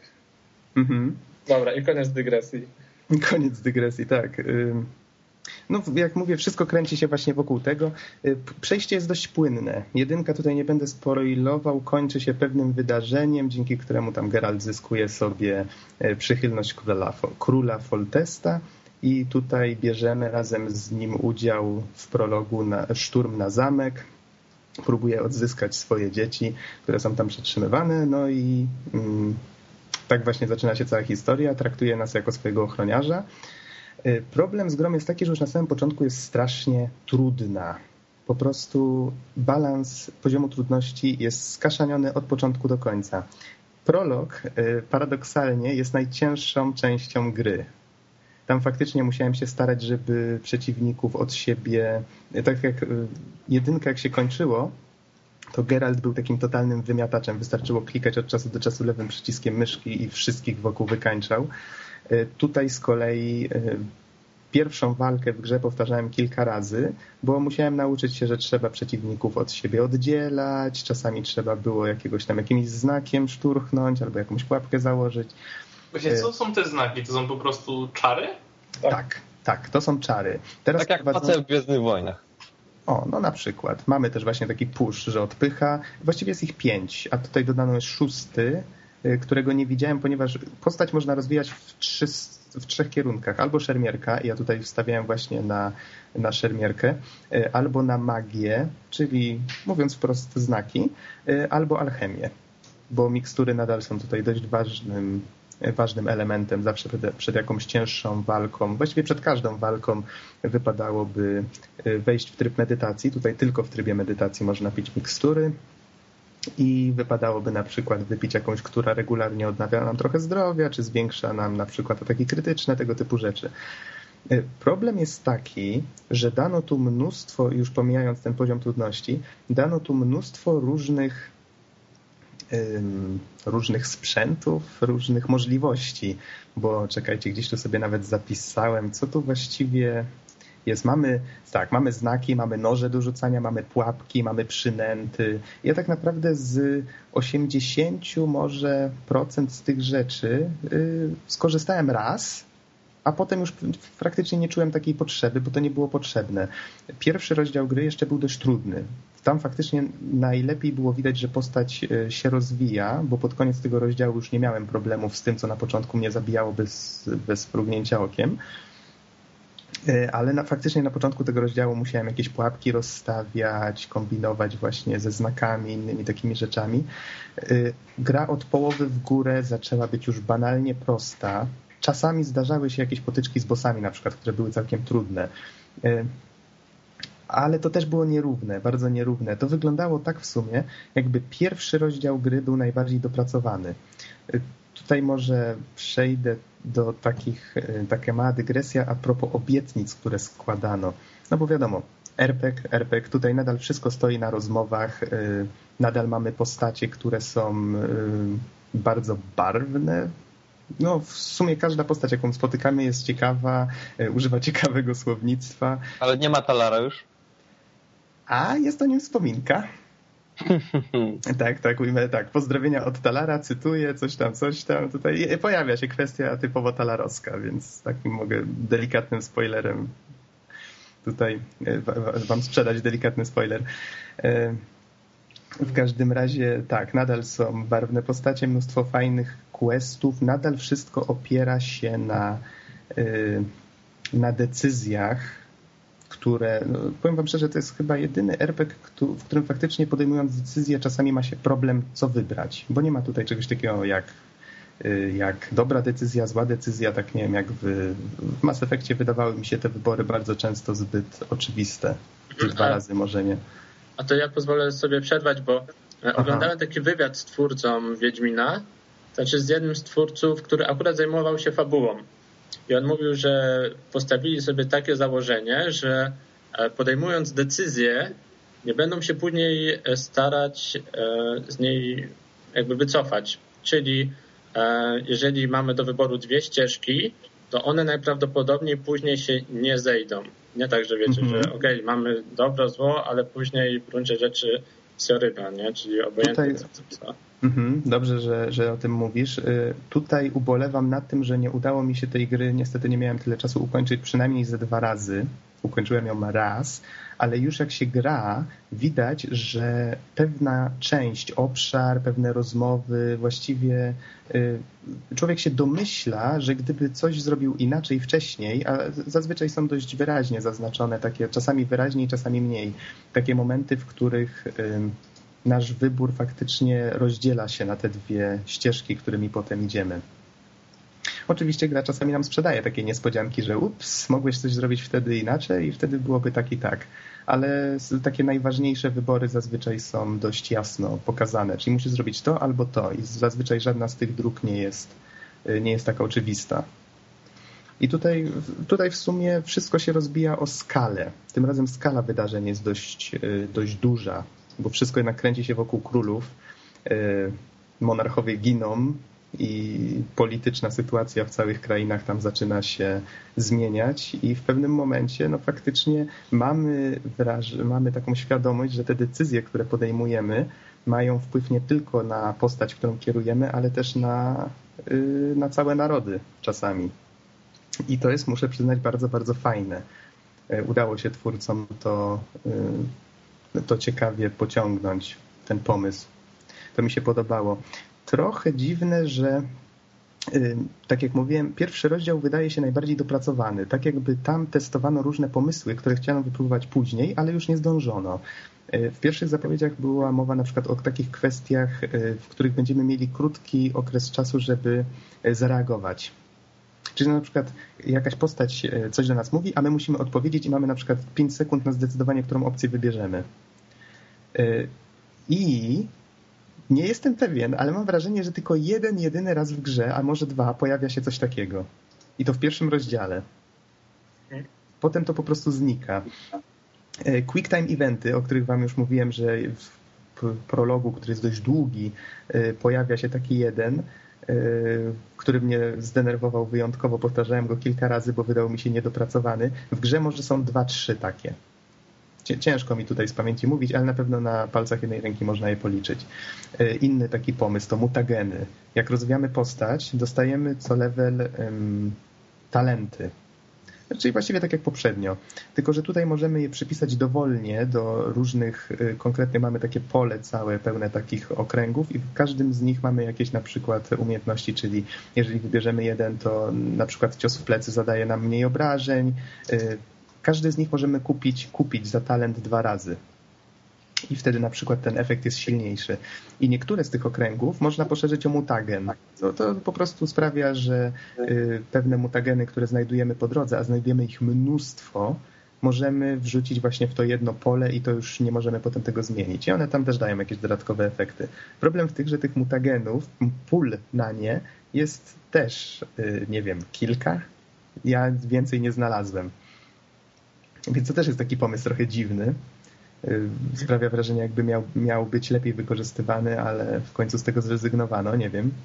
Dobra, i koniec dygresji.
Koniec dygresji, tak. No, jak mówię, wszystko kręci się właśnie wokół tego. Przejście jest dość płynne. Jedynka, tutaj nie będę spoilował, kończy się pewnym wydarzeniem, dzięki któremu tam Geralt zyskuje sobie przychylność króla Foltesta i tutaj bierzemy razem z nim udział w prologu na szturm na zamek. Próbuje odzyskać swoje dzieci, które są tam przetrzymywane, no i tak właśnie zaczyna się cała historia. Traktuje nas jako swojego ochroniarza. Problem z grą jest taki, że już na samym początku jest strasznie trudna. Po prostu balans poziomu trudności jest skaszaniony od początku do końca. Prolog paradoksalnie jest najcięższą częścią gry. Tam faktycznie musiałem się starać, żeby przeciwników od siebie... Tak jak jedynka jak się kończyło, to Geralt był takim totalnym wymiataczem. Wystarczyło klikać od czasu do czasu lewym przyciskiem myszki i wszystkich wokół wykańczał. Tutaj z kolei pierwszą walkę w grze powtarzałem kilka razy, bo musiałem nauczyć się, że trzeba przeciwników od siebie oddzielać, czasami trzeba było jakimś znakiem szturchnąć albo jakąś pułapkę założyć.
Właśnie, co są te znaki? To są po prostu czary?
Tak, to są czary. Teraz
tak jak facet w Gwiezdnych Wojnach.
O, no na przykład. Mamy też właśnie taki push, że odpycha. Właściwie jest ich 5, a tutaj dodano jest 6, którego nie widziałem, ponieważ postać można rozwijać w 3 kierunkach. Albo szermierka, ja tutaj wstawiałem właśnie na szermierkę, albo na magię, czyli mówiąc wprost znaki, albo alchemię, bo mikstury nadal są tutaj dość ważnym elementem. Zawsze przed jakąś cięższą walką, właściwie przed każdą walką wypadałoby wejść w tryb medytacji. Tutaj tylko w trybie medytacji można pić mikstury i wypadałoby na przykład wypić jakąś, która regularnie odnawia nam trochę zdrowia, czy zwiększa nam na przykład ataki krytyczne, tego typu rzeczy. Problem jest taki, że dano tu mnóstwo, już pomijając ten poziom trudności, dano tu mnóstwo różnych sprzętów, różnych możliwości, bo czekajcie, gdzieś tu sobie nawet zapisałem, co tu właściwie jest. Mamy znaki, mamy noże do rzucania, mamy pułapki, mamy przynęty. Ja tak naprawdę z 80% może z tych rzeczy skorzystałem raz, a potem już praktycznie nie czułem takiej potrzeby, bo to nie było potrzebne. Pierwszy rozdział gry jeszcze był dość trudny. Tam faktycznie najlepiej było widać, że postać się rozwija, bo pod koniec tego rozdziału już nie miałem problemów z tym, co na początku mnie zabijało bez mrugnięcia okiem. Ale faktycznie na początku tego rozdziału musiałem jakieś pułapki rozstawiać, kombinować właśnie ze znakami, innymi takimi rzeczami. Gra od połowy w górę zaczęła być już banalnie prosta. Czasami zdarzały się jakieś potyczki z bossami na przykład, które były całkiem trudne. Ale to też było nierówne, bardzo nierówne. To wyglądało tak w sumie, jakby pierwszy rozdział gry był najbardziej dopracowany. Tutaj może przejdę do taka mała dygresja a propos obietnic, które składano. No bo wiadomo, RPG, tutaj nadal wszystko stoi na rozmowach, nadal mamy postacie, które są bardzo barwne. No w sumie każda postać, jaką spotykamy, jest ciekawa, używa ciekawego słownictwa.
Ale nie ma Talara już?
A jest o nim wspominka. Tak, ujmę tak. Pozdrowienia od Talara, cytuję, coś tam. Tutaj pojawia się kwestia typowo talarowska, więc takim mogę delikatnym spoilerem tutaj wam sprzedać delikatny spoiler. W każdym razie tak, nadal są barwne postacie, mnóstwo fajnych questów, nadal wszystko opiera się na decyzjach, które, no, powiem wam szczerze, to jest chyba jedyny RPG, w którym faktycznie podejmując decyzję czasami ma się problem, co wybrać, bo nie ma tutaj czegoś takiego jak dobra decyzja, zła decyzja, tak nie wiem, jak w Mass Effectie wydawały mi się te wybory bardzo często zbyt oczywiste. 2 razy może nie.
A to ja pozwolę sobie przerwać, bo oglądałem taki wywiad z twórcą Wiedźmina, znaczy z jednym z twórców, który akurat zajmował się fabułą. I on mówił, że postawili sobie takie założenie, że podejmując decyzję, nie będą się później starać z niej jakby wycofać. Czyli jeżeli mamy do wyboru 2 ścieżki, to one najprawdopodobniej później się nie zejdą. Nie tak, że wiecie, że okej, mamy dobro, zło, ale później w gruncie rzeczy wsioryba, nie? Czyli obojętnie co.
Dobrze, że o tym mówisz. Tutaj ubolewam nad tym, że nie udało mi się tej gry, niestety nie miałem tyle czasu ukończyć, przynajmniej ze 2 razy. Ukończyłem ją raz, ale już jak się gra, widać, że pewna część, obszar, pewne rozmowy, właściwie człowiek się domyśla, że gdyby coś zrobił inaczej wcześniej, a zazwyczaj są dość wyraźnie zaznaczone, takie czasami wyraźniej, czasami mniej, takie momenty, w których nasz wybór faktycznie rozdziela się na te 2 ścieżki, którymi potem idziemy. Oczywiście gra czasami nam sprzedaje takie niespodzianki, że ups, mogłeś coś zrobić wtedy inaczej i wtedy byłoby tak i tak. Ale takie najważniejsze wybory zazwyczaj są dość jasno pokazane. Czyli musisz zrobić to albo to i zazwyczaj żadna z tych dróg nie jest taka oczywista. I tutaj w sumie wszystko się rozbija o skalę. Tym razem skala wydarzeń jest dość duża, bo wszystko jednak kręci się wokół królów. Monarchowie giną i polityczna sytuacja w całych krainach tam zaczyna się zmieniać i w pewnym momencie no faktycznie mamy taką świadomość, że te decyzje, które podejmujemy, mają wpływ nie tylko na postać, którą kierujemy, ale też na całe narody czasami. I to jest, muszę przyznać, bardzo, bardzo fajne. Udało się twórcom to ciekawie pociągnąć, ten pomysł. To mi się podobało. Trochę dziwne, że tak jak mówiłem, pierwszy rozdział wydaje się najbardziej dopracowany. Tak jakby tam testowano różne pomysły, które chciano wypróbować później, ale już nie zdążono. W pierwszych zapowiedziach była mowa na przykład o takich kwestiach, w których będziemy mieli krótki okres czasu, żeby zareagować. Czyli na przykład jakaś postać coś do nas mówi, a my musimy odpowiedzieć i mamy na przykład 5 sekund na zdecydowanie, którą opcję wybierzemy. I nie jestem pewien, ale mam wrażenie, że tylko jedyny raz w grze, a może 2, pojawia się coś takiego. I to w pierwszym rozdziale. Potem to po prostu znika. Quick time eventy, o których wam już mówiłem, że w prologu, który jest dość długi, pojawia się taki jeden, który mnie zdenerwował wyjątkowo. Powtarzałem go kilka razy, bo wydał mi się niedopracowany. W grze może są 2-3 takie. Ciężko mi tutaj z pamięci mówić, ale na pewno na palcach jednej ręki można je policzyć. Inny taki pomysł to mutageny. Jak rozwijamy postać, dostajemy co level talenty. Czyli właściwie tak jak poprzednio. Tylko że tutaj możemy je przypisać dowolnie do różnych, konkretnie mamy takie pole całe pełne takich okręgów i w każdym z nich mamy jakieś na przykład umiejętności, czyli jeżeli wybierzemy jeden, to na przykład cios w plecy zadaje nam mniej obrażeń. Każdy z nich możemy kupić za talent 2 razy. I wtedy na przykład ten efekt jest silniejszy. I niektóre z tych okręgów można poszerzyć o mutagen. To po prostu sprawia, że pewne mutageny, które znajdujemy po drodze, a znajdujemy ich mnóstwo, możemy wrzucić właśnie w to jedno pole i to już nie możemy potem tego zmienić. I one tam też dają jakieś dodatkowe efekty. Problem w tym, że tych mutagenów, pól na nie jest też, nie wiem, kilka. Ja więcej nie znalazłem. Więc to też jest taki pomysł trochę dziwny. Sprawia wrażenie, jakby miał być lepiej wykorzystywany, ale w końcu z tego zrezygnowano, nie wiem.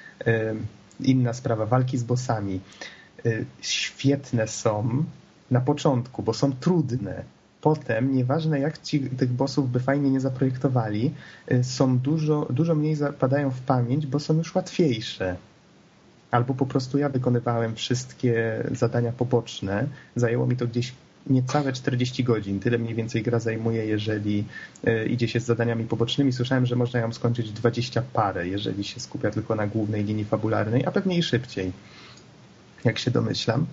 Inna sprawa, walki z bossami. Świetne są na początku, bo są trudne. Potem, nieważne jak tych bossów by fajnie nie zaprojektowali, są dużo mniej zapadają w pamięć, bo są już łatwiejsze. Albo po prostu ja wykonywałem wszystkie zadania poboczne. Zajęło mi to gdzieś niecałe 40 godzin. Tyle mniej więcej gra zajmuje, jeżeli idzie się z zadaniami pobocznymi. Słyszałem, że można ją skończyć 20 parę, jeżeli się skupia tylko na głównej linii fabularnej, a pewnie i szybciej, jak się domyślam.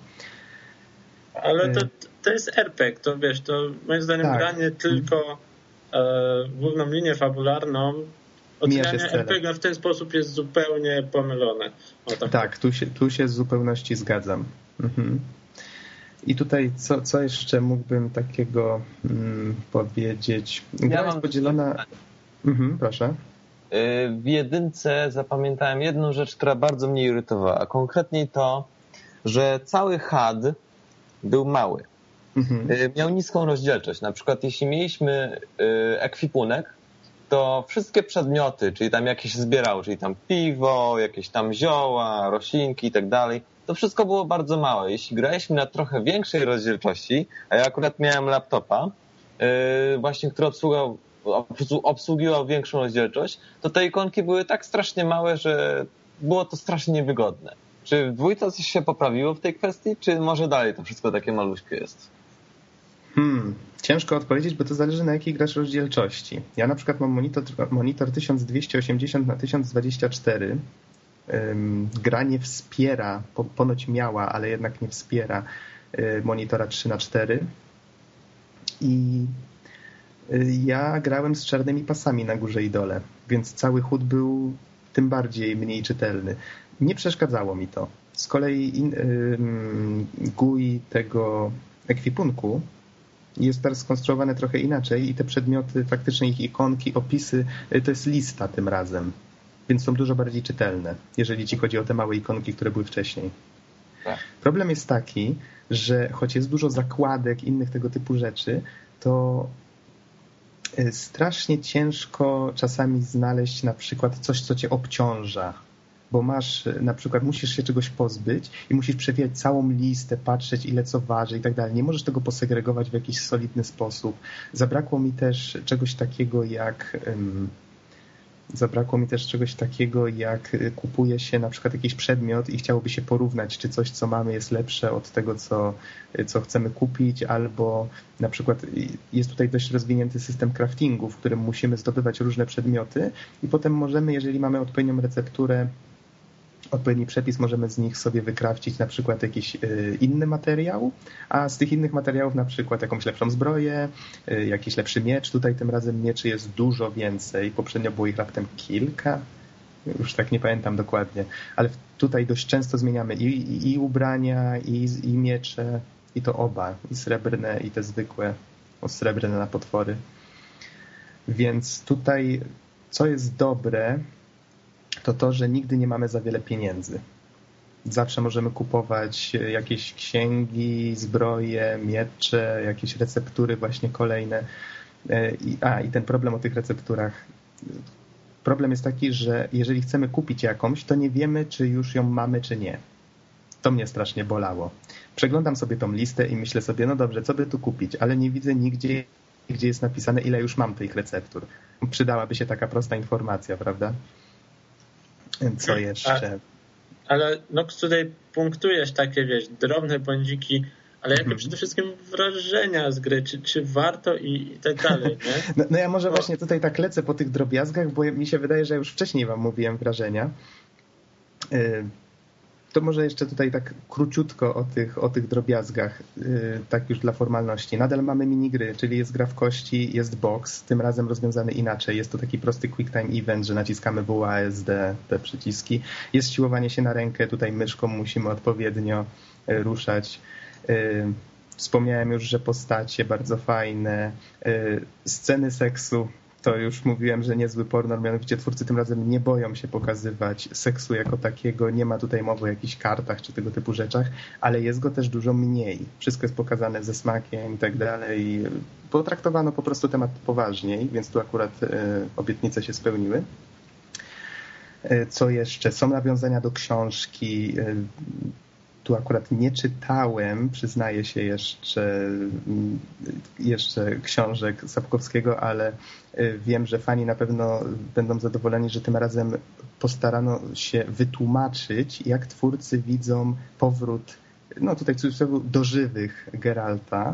Ale to jest RPG, to wiesz, to moim zdaniem tak. Granie tylko główną linię fabularną, ocenianie RPG w ten sposób jest zupełnie pomylone.
Tak, tu się z zupełności zgadzam. Mhm. I tutaj co jeszcze mógłbym takiego powiedzieć? Gra jest podzielona... proszę.
W jedynce zapamiętałem jedną rzecz, która bardzo mnie irytowała. Konkretnie to, że cały HUD był mały. Miał niską rozdzielczość. Na przykład jeśli mieliśmy ekwipunek, to wszystkie przedmioty, czyli tam jakieś zbierało, czyli tam piwo, jakieś tam zioła, roślinki i tak dalej, to wszystko było bardzo małe. Jeśli graliśmy na trochę większej rozdzielczości, a ja akurat miałem laptopa, właśnie który obsługiwał większą rozdzielczość, to te ikonki były tak strasznie małe, że było to strasznie niewygodne. Czy w dwójce coś się poprawiło w tej kwestii, czy może dalej to wszystko takie maluśkie jest?
Ciężko odpowiedzieć, bo to zależy na jakiej grasz rozdzielczości. Ja na przykład mam monitor 1280 na 1024. Gra nie wspiera, ponoć miała, ale jednak nie wspiera monitora 3:4 i ja grałem z czarnymi pasami na górze i dole, więc cały HUD był tym bardziej mniej czytelny. Nie przeszkadzało mi to. Z kolei GUI tego ekwipunku jest teraz skonstruowane trochę inaczej i te przedmioty, faktycznie ich ikonki, opisy, to jest lista tym razem. Więc są dużo bardziej czytelne, jeżeli ci chodzi o te małe ikonki, które były wcześniej. Tak. Problem jest taki, że choć jest dużo zakładek, innych tego typu rzeczy, to strasznie ciężko czasami znaleźć na przykład coś, co cię obciąża. Bo na przykład musisz się czegoś pozbyć i musisz przewijać całą listę, patrzeć ile co waży i tak dalej. Nie możesz tego posegregować w jakiś solidny sposób. Zabrakło mi też czegoś takiego jak kupuje się na przykład jakiś przedmiot i chciałoby się porównać, czy coś, co mamy, jest lepsze od tego, co chcemy kupić, albo na przykład jest tutaj dość rozwinięty system craftingu, w którym musimy zdobywać różne przedmioty i potem możemy, jeżeli mamy odpowiednią recepturę, odpowiedni przepis, możemy z nich sobie wykrafcić na przykład jakiś inny materiał, a z tych innych materiałów na przykład jakąś lepszą zbroję, jakiś lepszy miecz. Tutaj tym razem mieczy jest dużo więcej. Poprzednio było ich raptem kilka. Już tak nie pamiętam dokładnie. Ale tutaj dość często zmieniamy i ubrania, i miecze, i to oba. I srebrne, i te zwykłe, srebrne na potwory. Więc tutaj co jest dobre, to, że nigdy nie mamy za wiele pieniędzy. Zawsze możemy kupować jakieś księgi, zbroje, miecze, jakieś receptury właśnie kolejne. I ten problem o tych recepturach. Problem jest taki, że jeżeli chcemy kupić jakąś, to nie wiemy, czy już ją mamy, czy nie. To mnie strasznie bolało. Przeglądam sobie tą listę i myślę sobie, no dobrze, co by tu kupić, ale nie widzę nigdzie, gdzie jest napisane, ile już mam tych receptur. Przydałaby się taka prosta informacja, prawda? Co jeszcze?
Ale Nox, tutaj punktujesz takie, drobne błędziki, ale jakie przede wszystkim wrażenia z gry, czy warto i tak dalej, nie?
No ja może właśnie tutaj tak lecę po tych drobiazgach, bo mi się wydaje, że już wcześniej wam mówiłem wrażenia. To może jeszcze tutaj tak króciutko o tych drobiazgach, tak już dla formalności. Nadal mamy minigry, czyli jest gra w kości, jest box, tym razem rozwiązany inaczej. Jest to taki prosty quick time event, że naciskamy WASD, te przyciski. Jest siłowanie się na rękę, tutaj myszką musimy odpowiednio ruszać. Wspomniałem już, że postacie bardzo fajne, sceny seksu. To już mówiłem, że niezły porno, mianowicie twórcy tym razem nie boją się pokazywać seksu jako takiego, nie ma tutaj mowy o jakichś kartach czy tego typu rzeczach, ale jest go też dużo mniej. Wszystko jest pokazane ze smakiem i tak dalej. Potraktowano po prostu temat poważniej, więc tu akurat obietnice się spełniły. Co jeszcze? Są nawiązania do książki. Tu akurat nie czytałem, przyznaję się jeszcze książek Sapkowskiego, ale wiem, że fani na pewno będą zadowoleni, że tym razem postarano się wytłumaczyć, jak twórcy widzą powrót, no tutaj w cudzysłowie, do żywych Geralta.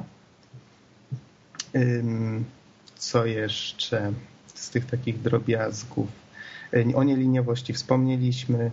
Co jeszcze z tych takich drobiazgów? O nieliniowości wspomnieliśmy.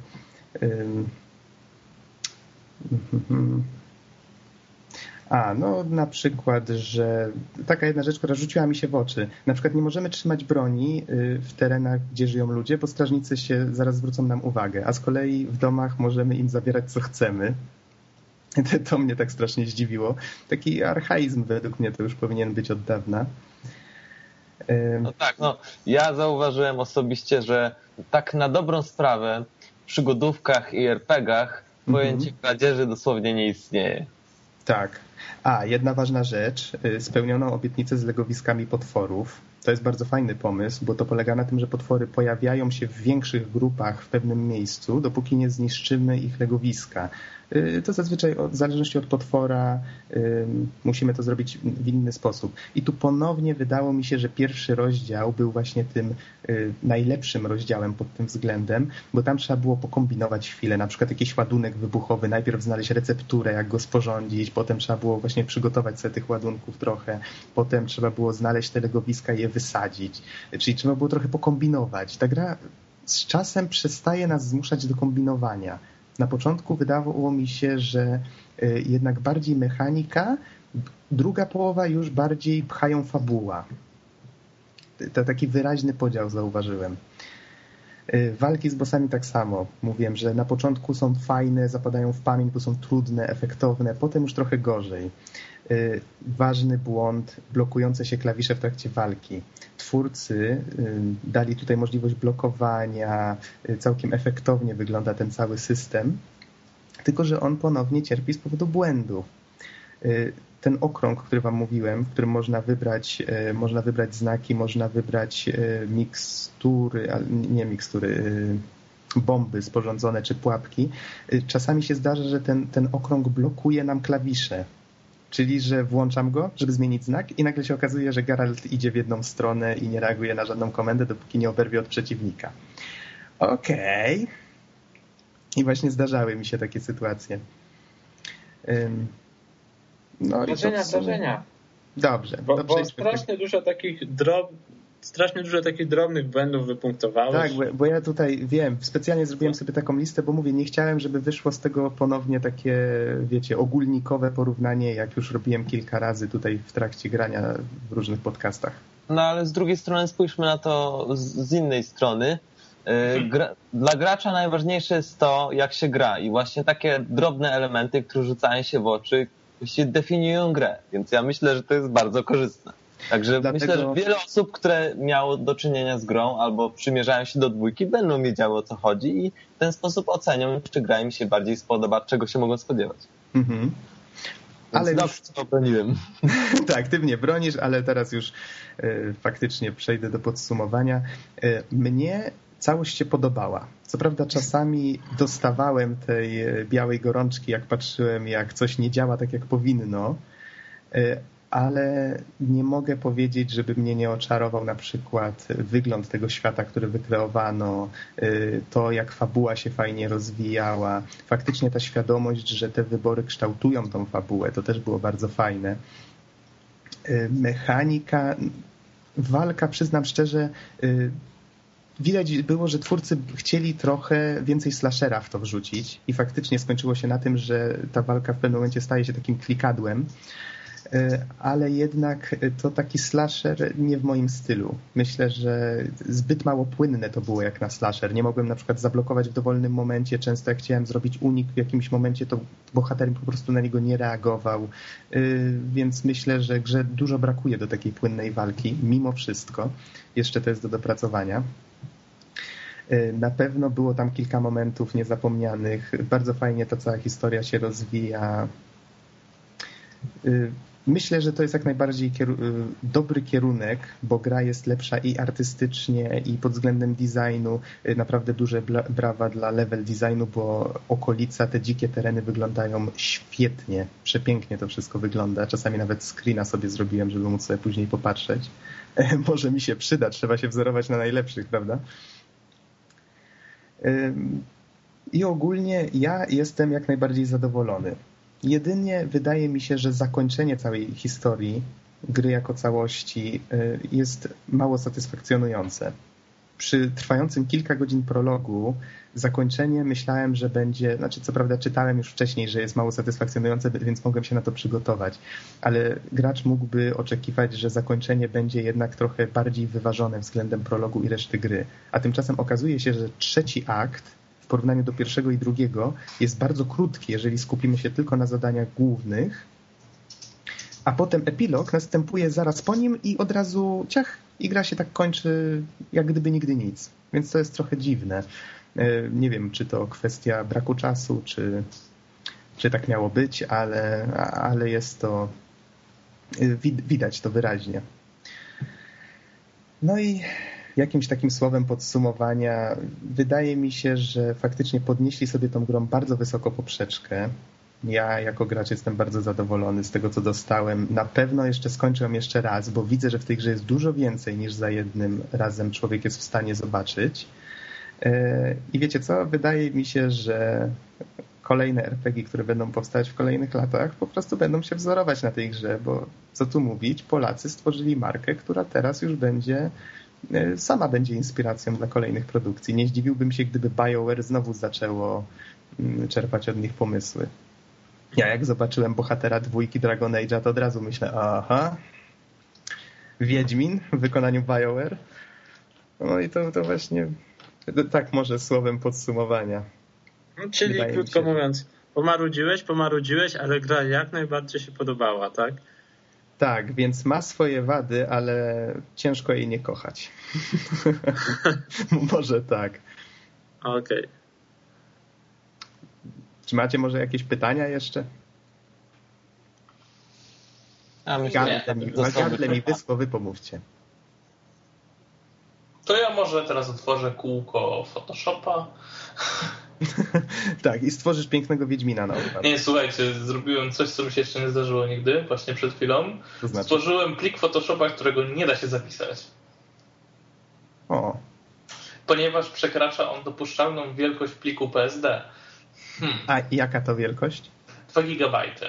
No na przykład, że taka jedna rzecz, która rzuciła mi się w oczy. Na przykład nie możemy trzymać broni w terenach, gdzie żyją ludzie, bo strażnicy się zaraz zwrócą nam uwagę, a z kolei w domach możemy im zabierać co chcemy. To mnie tak strasznie zdziwiło. Taki archaizm według mnie to już powinien być od dawna.
No tak, ja zauważyłem osobiście, że tak na dobrą sprawę w przygodówkach i RPG-ach pojęcie kradzieży dosłownie nie istnieje.
Tak. Jedna ważna rzecz. Spełniono obietnicę z legowiskami potworów. To jest bardzo fajny pomysł, bo to polega na tym, że potwory pojawiają się w większych grupach w pewnym miejscu, dopóki nie zniszczymy ich legowiska. To zazwyczaj w zależności od potwora musimy to zrobić w inny sposób. I tu ponownie wydało mi się, że pierwszy rozdział był właśnie tym najlepszym rozdziałem pod tym względem, bo tam trzeba było pokombinować chwilę, na przykład jakiś ładunek wybuchowy, najpierw znaleźć recepturę, jak go sporządzić, potem trzeba było właśnie przygotować sobie tych ładunków trochę, potem trzeba było znaleźć te legowiska i je wysadzić, czyli trzeba było trochę pokombinować. Ta gra z czasem przestaje nas zmuszać do kombinowania. Na początku wydawało mi się, że jednak bardziej mechanika, druga połowa już bardziej pchają fabuła. Taki wyraźny podział zauważyłem. Walki z bossami tak samo. Mówiłem, że na początku są fajne, zapadają w pamięć, bo są trudne, efektowne, potem już trochę gorzej. Ważny błąd, blokujące się klawisze w trakcie walki. Twórcy dali tutaj możliwość blokowania, całkiem efektownie wygląda ten cały system, tylko że on ponownie cierpi z powodu błędu. Ten okrąg, który wam mówiłem, w którym można wybrać znaki, można wybrać bomby sporządzone czy pułapki. Czasami się zdarza, że ten okrąg blokuje nam klawisze. Czyli, że włączam go, żeby zmienić znak i nagle się okazuje, że Geralt idzie w jedną stronę i nie reaguje na żadną komendę, dopóki nie oberwie od przeciwnika. Okej. I właśnie zdarzały mi się takie sytuacje.
Wrażenia.
Dobrze.
Bo strasznie dużo takich drobnych błędów wypunktowałeś.
Tak, bo ja tutaj wiem, specjalnie zrobiłem sobie taką listę, bo mówię, nie chciałem, żeby wyszło z tego ponownie takie, wiecie, ogólnikowe porównanie, jak już robiłem kilka razy tutaj w trakcie grania w różnych podcastach.
No ale z drugiej strony spójrzmy na to z innej strony. Dla gracza najważniejsze jest to, jak się gra i właśnie takie drobne elementy, które rzucają się w oczy, definiują grę, więc ja myślę, że to jest bardzo korzystne. Także myślę, że wiele osób, które miało do czynienia z grą albo przymierzają się do dwójki, będą wiedziały, o co chodzi i w ten sposób ocenią, czy gra im się bardziej spodoba, czego się mogą spodziewać.
Ale
już to broniłem.
Tak, ty mnie bronisz, ale teraz już faktycznie przejdę do podsumowania. Mnie całość się podobała. Co prawda czasami dostawałem tej białej gorączki, jak patrzyłem, jak coś nie działa tak, jak powinno, ale nie mogę powiedzieć, żeby mnie nie oczarował na przykład wygląd tego świata, który wykreowano, to jak fabuła się fajnie rozwijała. Faktycznie ta świadomość, że te wybory kształtują tą fabułę, to też było bardzo fajne. Mechanika, walka, przyznam szczerze, widać było, że twórcy chcieli trochę więcej slashera w to wrzucić i faktycznie skończyło się na tym, że ta walka w pewnym momencie staje się takim klikadłem, ale jednak to taki slasher nie w moim stylu. Myślę, że zbyt mało płynne to było jak na slasher. Nie mogłem na przykład zablokować w dowolnym momencie. Często jak chciałem zrobić unik w jakimś momencie, to bohater po prostu na niego nie reagował. Więc myślę, że grze dużo brakuje do takiej płynnej walki. Mimo wszystko. Jeszcze to jest do dopracowania. Na pewno było tam kilka momentów niezapomnianych. Bardzo fajnie ta cała historia się rozwija. Myślę, że to jest jak najbardziej dobry kierunek, bo gra jest lepsza i artystycznie, i pod względem designu. Naprawdę duże brawa dla level designu, bo okolica, te dzikie tereny wyglądają świetnie. Przepięknie to wszystko wygląda. Czasami nawet screena sobie zrobiłem, żeby móc sobie później popatrzeć. Może mi się przyda, trzeba się wzorować na najlepszych, prawda? I ogólnie ja jestem jak najbardziej zadowolony. Jedynie wydaje mi się, że zakończenie całej historii gry jako całości jest mało satysfakcjonujące. Przy trwającym kilka godzin prologu zakończenie myślałem, że będzie, znaczy co prawda czytałem już wcześniej, że jest mało satysfakcjonujące, więc mogłem się na to przygotować, ale gracz mógłby oczekiwać, że zakończenie będzie jednak trochę bardziej wyważone względem prologu i reszty gry. A tymczasem okazuje się, że trzeci akt w porównaniu do pierwszego i drugiego jest bardzo krótki, jeżeli skupimy się tylko na zadaniach głównych, a potem epilog następuje zaraz po nim i od razu ciach i gra się tak kończy jak gdyby nigdy nic. Więc to jest trochę dziwne. Nie wiem, czy to kwestia braku czasu, czy tak miało być, ale jest to widać to wyraźnie. No i jakimś takim słowem podsumowania wydaje mi się, że faktycznie podnieśli sobie tą grą bardzo wysoko poprzeczkę. Ja jako gracz jestem bardzo zadowolony z tego, co dostałem. Na pewno jeszcze skończę ją jeszcze raz, bo widzę, że w tej grze jest dużo więcej niż za jednym razem człowiek jest w stanie zobaczyć. I wiecie co? Wydaje mi się, że kolejne RPG, które będą powstawać w kolejnych latach, po prostu będą się wzorować na tej grze, bo co tu mówić, Polacy stworzyli markę, która teraz już sama będzie inspiracją dla kolejnych produkcji. Nie zdziwiłbym się, gdyby BioWare znowu zaczęło czerpać od nich pomysły. Ja jak zobaczyłem bohatera 2 Dragon Age'a, to od razu myślę, aha, Wiedźmin w wykonaniu BioWare. No i to właśnie tak może słowem podsumowania.
Czyli krótko mówiąc, pomarudziłeś, ale gra jak najbardziej się podobała, tak?
Tak, więc ma swoje wady, ale ciężko jej nie kochać. Może tak.
Okej.
Czy macie może jakieś pytania jeszcze? Gardle mi wyschło, wy pomówcie.
To ja może teraz otworzę kółko Photoshopa.
Tak, i stworzysz pięknego Wiedźmina na układ.
Nie, słuchajcie, zrobiłem coś, co mi się jeszcze nie zdarzyło nigdy, właśnie przed chwilą. To znaczy? Stworzyłem plik Photoshopa, którego nie da się zapisać.
O.
Ponieważ przekracza on dopuszczalną wielkość pliku PSD.
A jaka to wielkość?
2 gigabajty.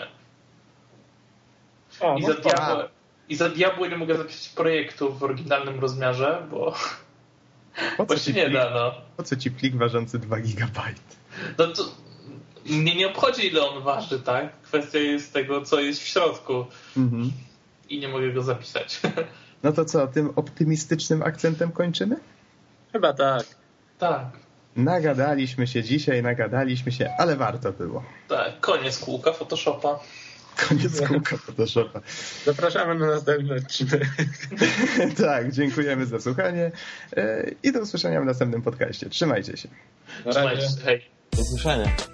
I za diabło nie mogę zapisać projektu w oryginalnym rozmiarze, bo się nie da, no.
Po co ci plik ważący 2 gigabajty?
No to mnie nie obchodzi, ile on waży, tak? Kwestia jest tego, co jest w środku. Mhm. I nie mogę go zapisać.
No to co, tym optymistycznym akcentem kończymy?
Chyba tak.
Tak.
Nagadaliśmy się, ale warto było.
Tak, koniec kółka Photoshopa.
Zapraszamy na następny odcinek.
Tak, dziękujemy za słuchanie i do usłyszenia w następnym podcaście. Trzymajcie się.
Trzymajcie się. Hej.
Do usłyszenia.